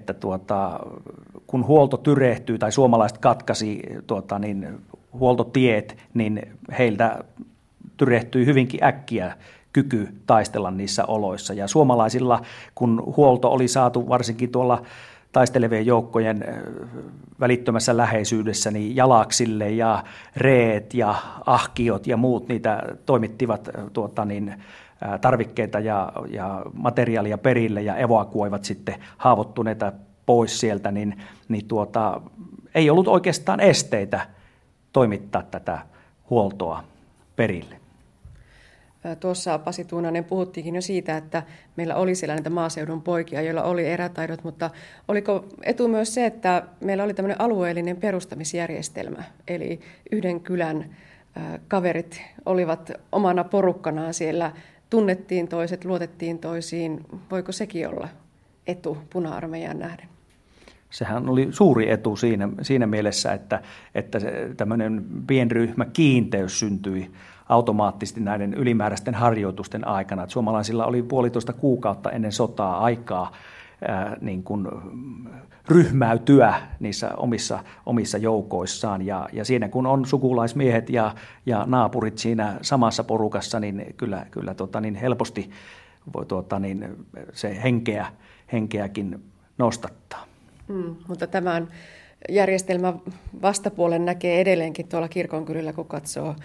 kun huolto tyrehtyy tai suomalaiset katkaisi huoltotiet, niin heiltä tyrehtyi hyvinkin äkkiä kyky taistella niissä oloissa. Ja suomalaisilla, kun huolto oli saatu varsinkin tuolla taistelevien joukkojen välittömässä läheisyydessä, niin jalaksille ja reet ja ahkiot ja muut niitä toimittivat tarvikkeita ja materiaalia perille ja evakuoivat sitten haavoittuneita pois sieltä, niin ei ollut oikeastaan esteitä toimittaa tätä huoltoa perille. Tuossa Pasi Tuunanen puhuttiinkin jo siitä, että meillä oli siellä näitä maaseudun poikia, joilla oli erätaidot, mutta oliko etu myös se, että meillä oli tämmöinen alueellinen perustamisjärjestelmä, eli yhden kylän kaverit olivat omana porukkanaan siellä, tunnettiin toiset, luotettiin toisiin. Voiko sekin olla etu Puna-armeijaan nähden? Sehän oli suuri etu siinä mielessä, että tämmöinen pienryhmä kiinteys syntyi automaattisesti näiden ylimääräisten harjoitusten aikana. Että suomalaisilla oli 1,5 kuukautta ennen sotaa aikaa niin kuin ryhmäytyä niissä omissa joukoissaan. Ja siinä kun on sukulaismiehet ja naapurit siinä samassa porukassa, niin kyllä niin helposti voi se henkeäkin nostattaa. Mutta tämän järjestelmän vastapuolen näkee edelleenkin tuolla kirkonkylillä, kun katsoo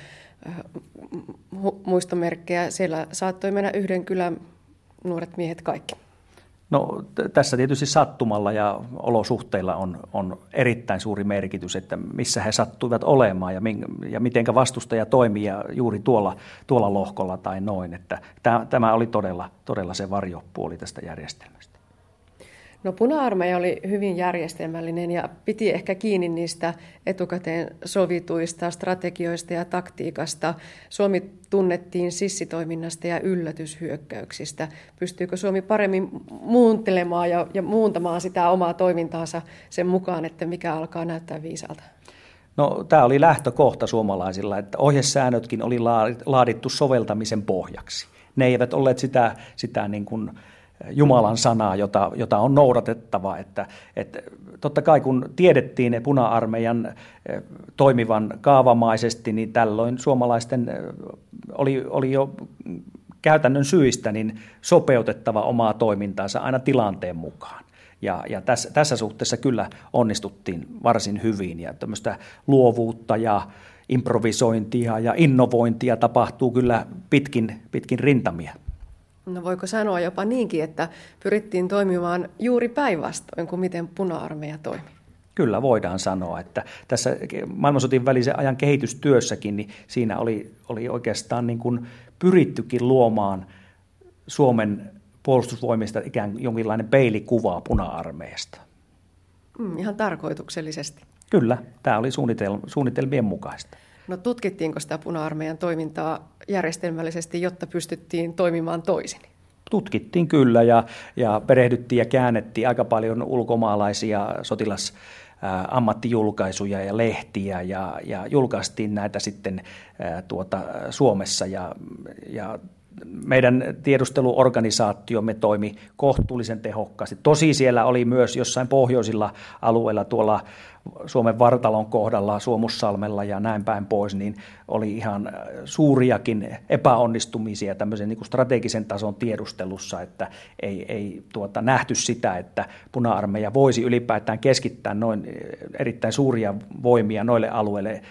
muistomerkkejä. Siellä saattoi mennä yhden kylän nuoret miehet kaikki. No tässä tietysti sattumalla ja olosuhteilla on erittäin suuri merkitys, että missä he sattuivat olemaan ja mitenkä vastustaja toimii juuri tuolla lohkolla tai noin. Että tämä oli todella se varjopuoli tästä järjestelmästä. No Puna-armeija oli hyvin järjestelmällinen ja piti ehkä kiinni niistä etukäteen sovituista strategioista ja taktiikasta. Suomi tunnettiin sissitoiminnasta ja yllätyshyökkäyksistä. Pystyykö Suomi paremmin muuntelemaan ja muuntamaan sitä omaa toimintaansa sen mukaan, että mikä alkaa näyttää viisaalta? No tämä oli lähtökohta suomalaisilla, että ohjesäännötkin oli laadittu soveltamisen pohjaksi. Ne eivät olleet sitä niin kuin Jumalan sanaa, jota on noudatettava. Että totta kai kun tiedettiin Puna-armeijan toimivan kaavamaisesti, niin tällöin suomalaisten oli jo käytännön syistä niin sopeutettava omaa toimintaansa aina tilanteen mukaan. Ja tässä suhteessa kyllä onnistuttiin varsin hyvin ja tämmöistä luovuutta ja improvisointia ja innovointia tapahtuu kyllä pitkin rintamia. No voiko sanoa jopa niinkin, että pyrittiin toimimaan juuri päinvastoin kuin miten Puna-armeija toimi? Kyllä voidaan sanoa, että tässä maailmansotien välisen ajan kehitystyössäkin niin siinä oli oikeastaan niin kuin pyrittykin luomaan Suomen puolustusvoimista ikään jonkinlainen peilikuva Puna-armeijasta. Ihan tarkoituksellisesti. Kyllä, tämä oli suunnitelmien mukaista. No tutkittiinko sitä Puna-armeijan toimintaa järjestelmällisesti, jotta pystyttiin toimimaan toisin? Tutkittiin kyllä ja perehdyttiin ja käännettiin aika paljon ulkomaalaisia ammattijulkaisuja ja lehtiä ja julkaistiin näitä sitten Suomessa ja meidän tiedusteluorganisaatiomme toimi kohtuullisen tehokkaasti. Tosi siellä oli myös jossain pohjoisilla alueilla tuolla Suomen vartalon kohdalla, Suomussalmella ja näin päin pois, niin oli ihan suuriakin epäonnistumisia tämmöisen niin kuin strategisen tason tiedustelussa, että ei nähty sitä, että Puna-armeija voisi ylipäätään keskittää noin erittäin suuria voimia noille alueille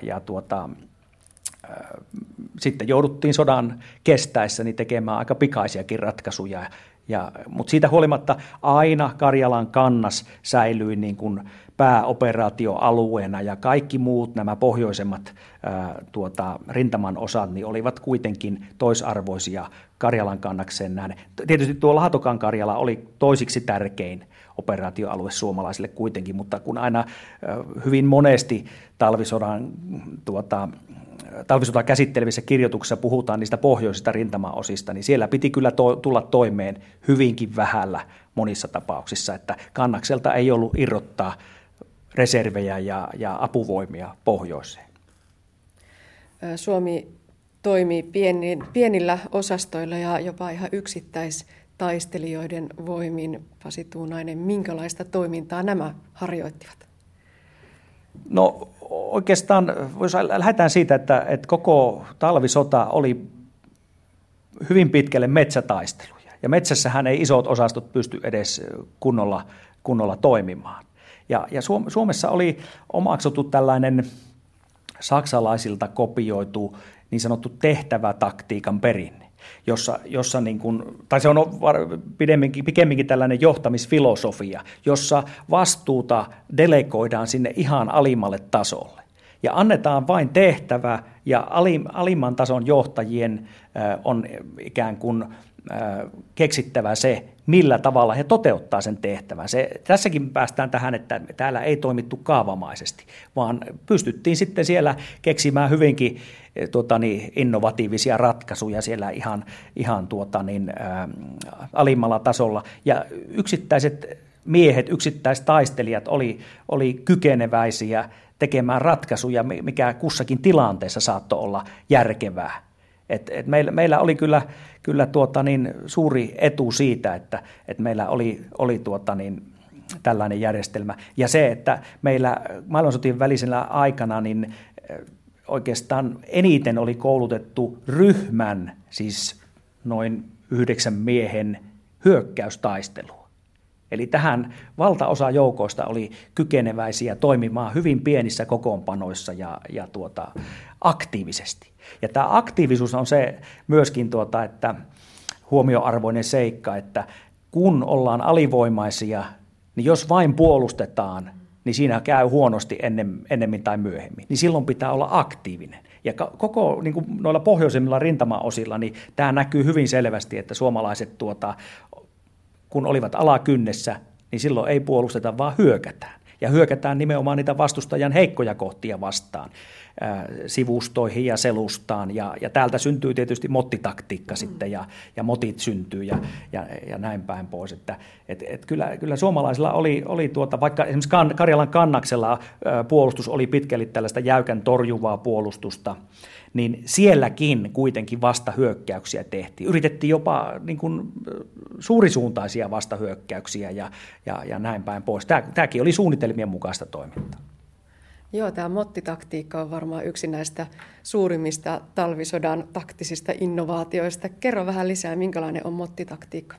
sitten jouduttiin sodan kestäessä niin tekemään aika pikaisiakin ratkaisuja, mutta siitä huolimatta aina Karjalan kannas säilyi niin kuin pääoperaatioalueena ja kaikki muut nämä pohjoisemmat rintaman osat niin olivat kuitenkin toisarvoisia Karjalan kannakseen nähden. Tietysti tuo Lahtokan Karjala oli toisiksi tärkein operaatioalue suomalaisille kuitenkin, mutta kun aina hyvin monesti talvisodan käsittelevissä kirjoituksissa puhutaan niistä pohjoisista rintamaosista, niin siellä piti kyllä tulla toimeen hyvinkin vähällä monissa tapauksissa, että kannakselta ei ollut irrottaa reservejä ja apuvoimia pohjoiseen. Suomi toimii pienillä osastoilla ja jopa ihan yksittäistaistelijoiden voimin. Pasi Tuunainen, minkälaista toimintaa nämä harjoittivat? No oikeastaan, jos lähdetään siitä, että koko talvisota oli hyvin pitkälle metsätaisteluja. Ja metsässähän ei isot osastot pysty edes kunnolla toimimaan. Ja Suomessa oli omaksuttu tällainen saksalaisilta kopioitu niin sanottu tehtävätaktiikan perinne, jossa niin kuin, tai se on pikemminkin tällainen johtamisfilosofia, jossa vastuuta delegoidaan sinne ihan alimmalle tasolle. ja annetaan vain tehtävä ja alimman tason johtajien on ikään kuin keksittävä se, millä tavalla he toteuttaa sen tehtävän. Tässäkin päästään tähän, että täällä ei toimittu kaavamaisesti, vaan pystyttiin sitten siellä keksimään hyvinkin innovatiivisia ratkaisuja siellä ihan alimmalla tasolla. Ja yksittäiset miehet, yksittäistaistelijat oli kykeneväisiä tekemään ratkaisuja, mikä kussakin tilanteessa saattoi olla järkevää. Meillä oli kyllä suuri etu siitä, että meillä oli tällainen järjestelmä. Ja se, että meillä maailmansotien välisenä aikana niin oikeastaan eniten oli koulutettu ryhmän, siis noin 9 miehen hyökkäystaistelua. Eli tähän valtaosa joukoista oli kykeneväisiä toimimaan hyvin pienissä kokoonpanoissa ja aktiivisesti. Ja tämä aktiivisuus on se myöskin, että huomioarvoinen seikka, että kun ollaan alivoimaisia, niin jos vain puolustetaan, niin siinä käy huonosti ennemmin tai myöhemmin. Niin silloin pitää olla aktiivinen. Ja koko niin kuin noilla pohjoisemmilla rintamaosilla, niin tämä näkyy hyvin selvästi, että suomalaiset kun olivat alakynnessä, niin silloin ei puolusteta, vaan hyökätään. Ja hyökätään nimenomaan niitä vastustajan heikkoja kohtia vastaan, sivustoihin ja selustaan. Ja täältä syntyy tietysti mottitaktiikka sitten, ja motit syntyy ja näin päin pois. Että kyllä suomalaisilla oli vaikka esimerkiksi Karjalan Kannaksella puolustus oli pitkälti tällaista jäykän torjuvaa puolustusta, niin sielläkin kuitenkin vastahyökkäyksiä tehtiin. Yritettiin jopa niin kuin suurisuuntaisia vastahyökkäyksiä ja näin päin pois. Tämäkin oli suunnitelmien mukaista toimintaa. Joo, tämä mottitaktiikka on varmaan yksi näistä suurimmista talvisodan taktisista innovaatioista. Kerro vähän lisää, minkälainen on mottitaktiikka?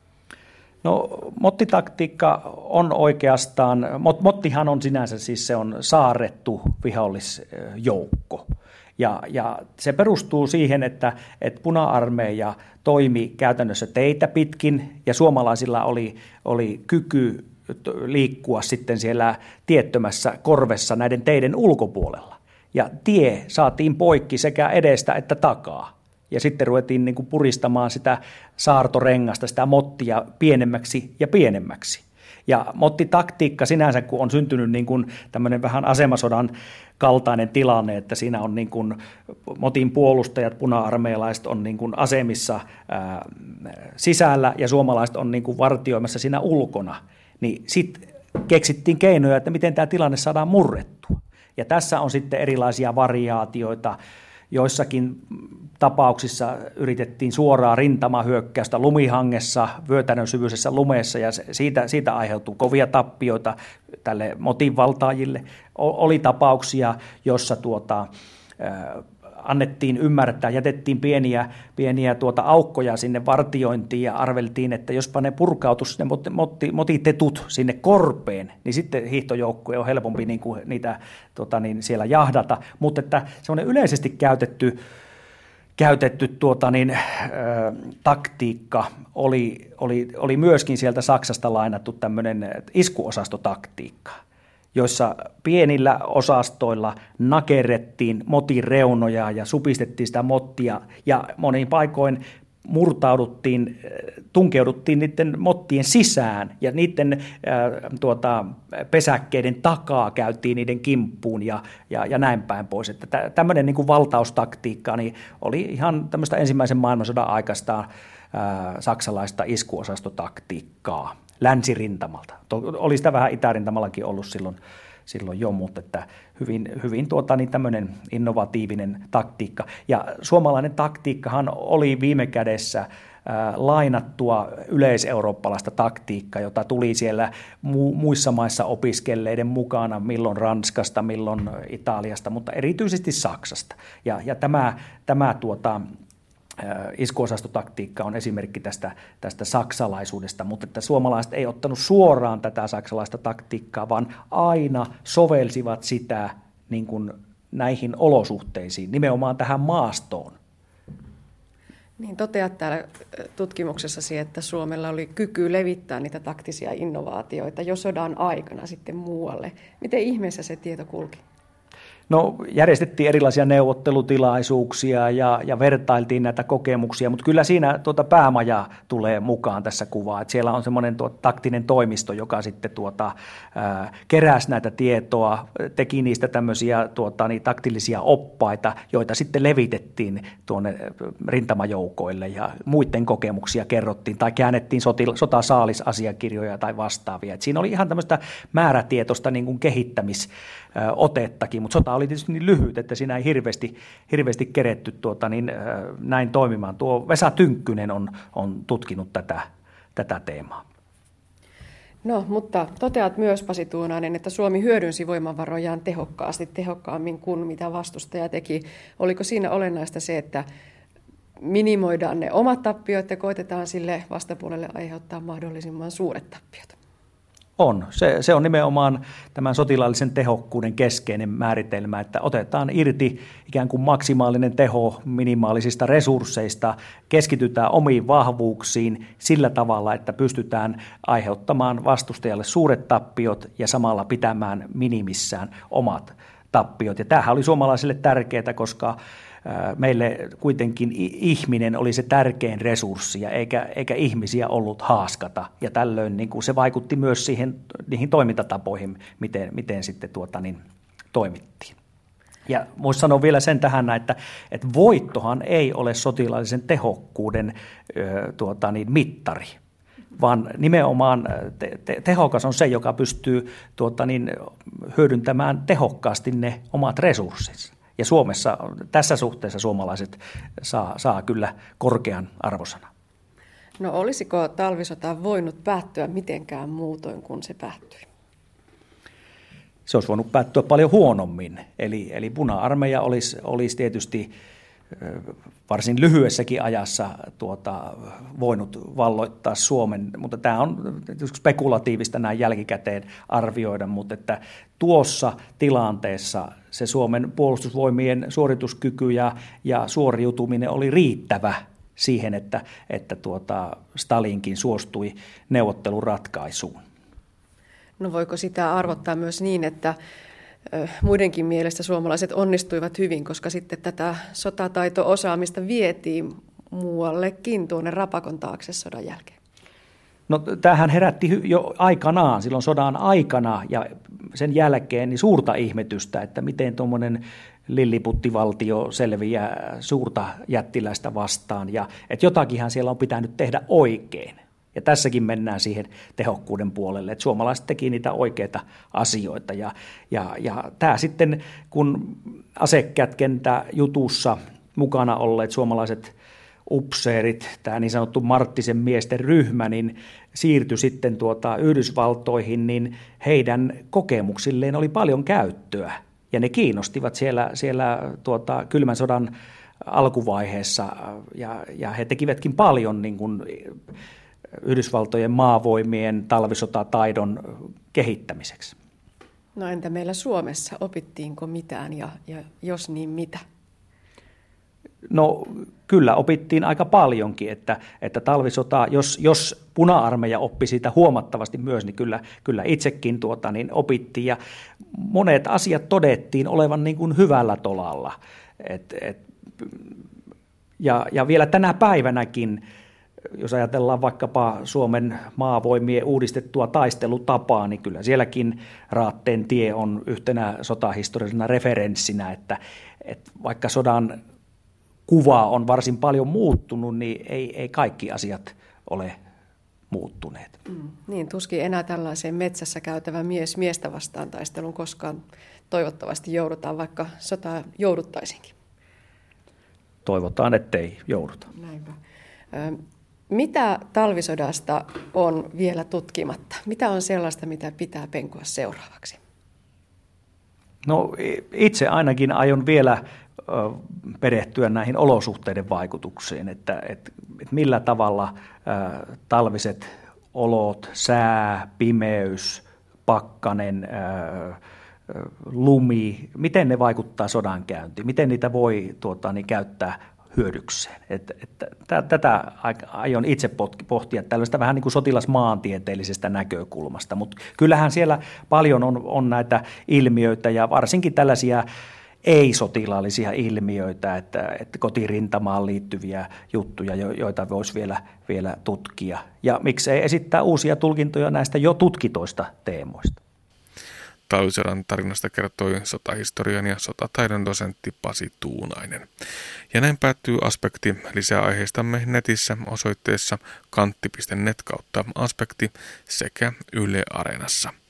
No, mottitaktiikka on oikeastaan, mottihan on sinänsä siis se on saarrettu vihollisjoukko. Ja se perustuu siihen, että puna-armeija toimi käytännössä teitä pitkin ja suomalaisilla oli kyky liikkua sitten siellä tiettömässä korvessa näiden teiden ulkopuolella. Ja tie saatiin poikki sekä edestä että takaa. Ja sitten ruvettiin niin kuin puristamaan sitä saartorengasta, sitä mottia pienemmäksi ja pienemmäksi. Ja mottitaktiikka sinänsä, kun on syntynyt niin kuin tämmöinen vähän asemasodan kaltainen tilanne, että siinä on niin kuin motin puolustajat, puna-armeilaiset on niin kuin asemissa sisällä ja suomalaiset on niin kuin vartioimassa siinä ulkona, niin sitten keksittiin keinoja, että miten tämä tilanne saadaan murrettua. Ja tässä on sitten erilaisia variaatioita. Joissakin tapauksissa yritettiin suoraa rintamahyökkäystä lumihangessa, vyötärön syvyisessä lumeessa, ja siitä aiheutui kovia tappioita tälle motinvaltaajille. Oli tapauksia, jossa annettiin ymmärtää, jätettiin pieniä aukkoja sinne vartiointiin ja arveltiin, että jospa ne purkautus sinne motitetut sinne korpeen, niin sitten hiihtojoukkojen on helpompi niin kuin niitä siellä jahdata. Mutta että semmoinen yleisesti käytetty taktiikka oli myöskin sieltä Saksasta lainattu tämmöinen iskuosastotaktiikka, joissa pienillä osastoilla nakerrettiin motin reunoja ja supistettiin sitä mottia ja monin paikoin tunkeuduttiin niiden mottien sisään ja niiden pesäkkeiden takaa käytiin niiden kimppuun ja näin päin pois. Että tämmöinen niin kuin valtaustaktiikka niin oli ihan tämmöistä ensimmäisen maailmansodan aikaista saksalaista iskuosastotaktiikkaa länsirintamalta. Oli sitä vähän itärintamallakin ollut silloin jo, mutta että hyvin tämmöinen innovatiivinen taktiikka. Ja suomalainen taktiikkahan oli viime kädessä lainattua yleiseurooppalaista taktiikkaa, jota tuli siellä muissa maissa opiskelleiden mukana, milloin Ranskasta, milloin Italiasta, mutta erityisesti Saksasta. Ja tämä iskuosastotaktiikka on esimerkki tästä saksalaisuudesta, mutta että suomalaiset ei ottanut suoraan tätä saksalaista taktiikkaa, vaan aina sovelsivat sitä niin kuin näihin olosuhteisiin, nimenomaan tähän maastoon. Niin toteat täällä tutkimuksessasi, että Suomella oli kyky levittää niitä taktisia innovaatioita jo sodan aikana sitten muualle. Miten ihmeessä se tieto kulki? No, järjestettiin erilaisia neuvottelutilaisuuksia ja vertailtiin näitä kokemuksia, mutta kyllä siinä päämaja tulee mukaan tässä kuvaan. Että siellä on semmoinen taktinen toimisto, joka sitten keräsi näitä tietoa, teki niistä tämmöisiä taktillisia oppaita, joita sitten levitettiin tuonne rintamajoukoille ja muiden kokemuksia kerrottiin tai käännettiin sotasaalisasiakirjoja tai vastaavia. Et siinä oli ihan tämmöistä määrätietoista niin kuin kehittämisotettakin, mutta sota oli tietysti niin lyhyt, että siinä ei hirveästi keretty näin toimimaan. Tuo Vesa Tynkkynen on tutkinut tätä teemaa. No, mutta toteat myös, Pasi Tuunainen, että Suomi hyödynsi voimavarojaan tehokkaammin kuin mitä vastustaja teki. Oliko siinä olennaista se, että minimoidaan ne omat tappiot ja koitetaan sille vastapuolelle aiheuttaa mahdollisimman suuret tappiot? On. Se on nimenomaan tämän sotilaallisen tehokkuuden keskeinen määritelmä, että otetaan irti ikään kuin maksimaalinen teho minimaalisista resursseista, keskitytään omiin vahvuuksiin sillä tavalla, että pystytään aiheuttamaan vastustajalle suuret tappiot ja samalla pitämään minimissään omat tappiot. Ja tämähän oli suomalaisille tärkeää, koska meille kuitenkin ihminen oli se tärkein resurssi, eikä ihmisiä ollut haaskata. Ja tällöin niin kuin se vaikutti myös niihin toimintatapoihin, miten sitten toimittiin. Ja voisi sanoa vielä sen tähän, että voittohan ei ole sotilaallisen tehokkuuden mittari, vaan nimenomaan tehokas on se, joka pystyy hyödyntämään tehokkaasti ne omat resurssinsa. Ja Suomessa tässä suhteessa suomalaiset saa kyllä korkean arvosanan. No, olisiko talvisota voinut päättyä mitenkään muutoin kuin se päättyi? Se olisi voinut päättyä paljon huonommin. Eli puna-armeija olisi tietysti varsin lyhyessäkin ajassa voinut valloittaa Suomen, mutta tämä on spekulatiivista näin jälkikäteen arvioida, mutta että tuossa tilanteessa se Suomen puolustusvoimien suorituskyky ja suoriutuminen oli riittävä siihen, että Stalinkin suostui neuvotteluratkaisuun. No, voiko sitä arvottaa myös niin, että muidenkin mielestä suomalaiset onnistuivat hyvin, koska sitten tätä sotataito-osaamista vietiin muuallekin tuonne Rapakon taakse sodan jälkeen? No, tämähän herätti jo aikanaan, silloin sodan aikana ja sen jälkeen niin suurta ihmetystä, että miten tuommoinen lilliputtivaltio selviää suurta jättiläistä vastaan ja että jotakinhan siellä on pitänyt tehdä oikein. Ja tässäkin mennään siihen tehokkuuden puolelle, että suomalaiset teki niitä oikeita asioita. Ja tämä sitten, kun asekätkentä jutussa mukana olleet suomalaiset upseerit, tämä niin sanottu Marttisen miesten ryhmä, niin siirtyi sitten Yhdysvaltoihin, niin heidän kokemuksilleen oli paljon käyttöä. Ja ne kiinnostivat siellä kylmän sodan alkuvaiheessa, ja he tekivätkin paljon niin kuin Yhdysvaltojen maavoimien talvisotataidon kehittämiseksi. No, entä meillä Suomessa? Opittiinko mitään ja jos niin, mitä? No, kyllä opittiin aika paljonkin, että talvisota, jos puna-armeija oppi siitä huomattavasti myös, niin kyllä itsekin opittiin ja monet asiat todettiin olevan niin kuin hyvällä tolalla. Ja vielä tänä päivänäkin, jos ajatellaan vaikkapa Suomen maavoimien uudistettua taistelutapaa, niin kyllä sielläkin Raatteen tie on yhtenä sotahistoriallisena referenssinä, että vaikka sodan kuva on varsin paljon muuttunut, niin ei kaikki asiat ole muuttuneet. Niin, tuskin enää tällaiseen metsässä käytävä miestä vastaan taistelun koskaan toivottavasti joudutaan, vaikka sotaa jouduttaisinkin. Toivotaan, ettei jouduta. Näinpä. Mitä talvisodasta on vielä tutkimatta? Mitä on sellaista, mitä pitää penkoa seuraavaksi? No, itse ainakin aion vielä perehtyä näihin olosuhteiden vaikutuksiin, että millä tavalla talviset olot, sää, pimeys, pakkanen, lumi, miten ne vaikuttaa sodankäyntiin, miten niitä voi käyttää hyödykseen. Tätä aion itse pohtia tällaista vähän niin kuin sotilasmaantieteellisestä näkökulmasta, mutta kyllähän siellä paljon on näitä ilmiöitä ja varsinkin tällaisia ei-sotilaallisia ilmiöitä, että kotirintamaan liittyviä juttuja, joita voisi vielä tutkia. Ja miksei esittää uusia tulkintoja näistä jo tutkitoista teemoista. Talvisodan tarinasta kertoi sotahistorian ja sotataidon dosentti Pasi Tuunainen. Ja näin päättyy Aspekti. Lisää aiheistamme netissä osoitteessa kantti.net/aspekti sekä Yle Areenassa.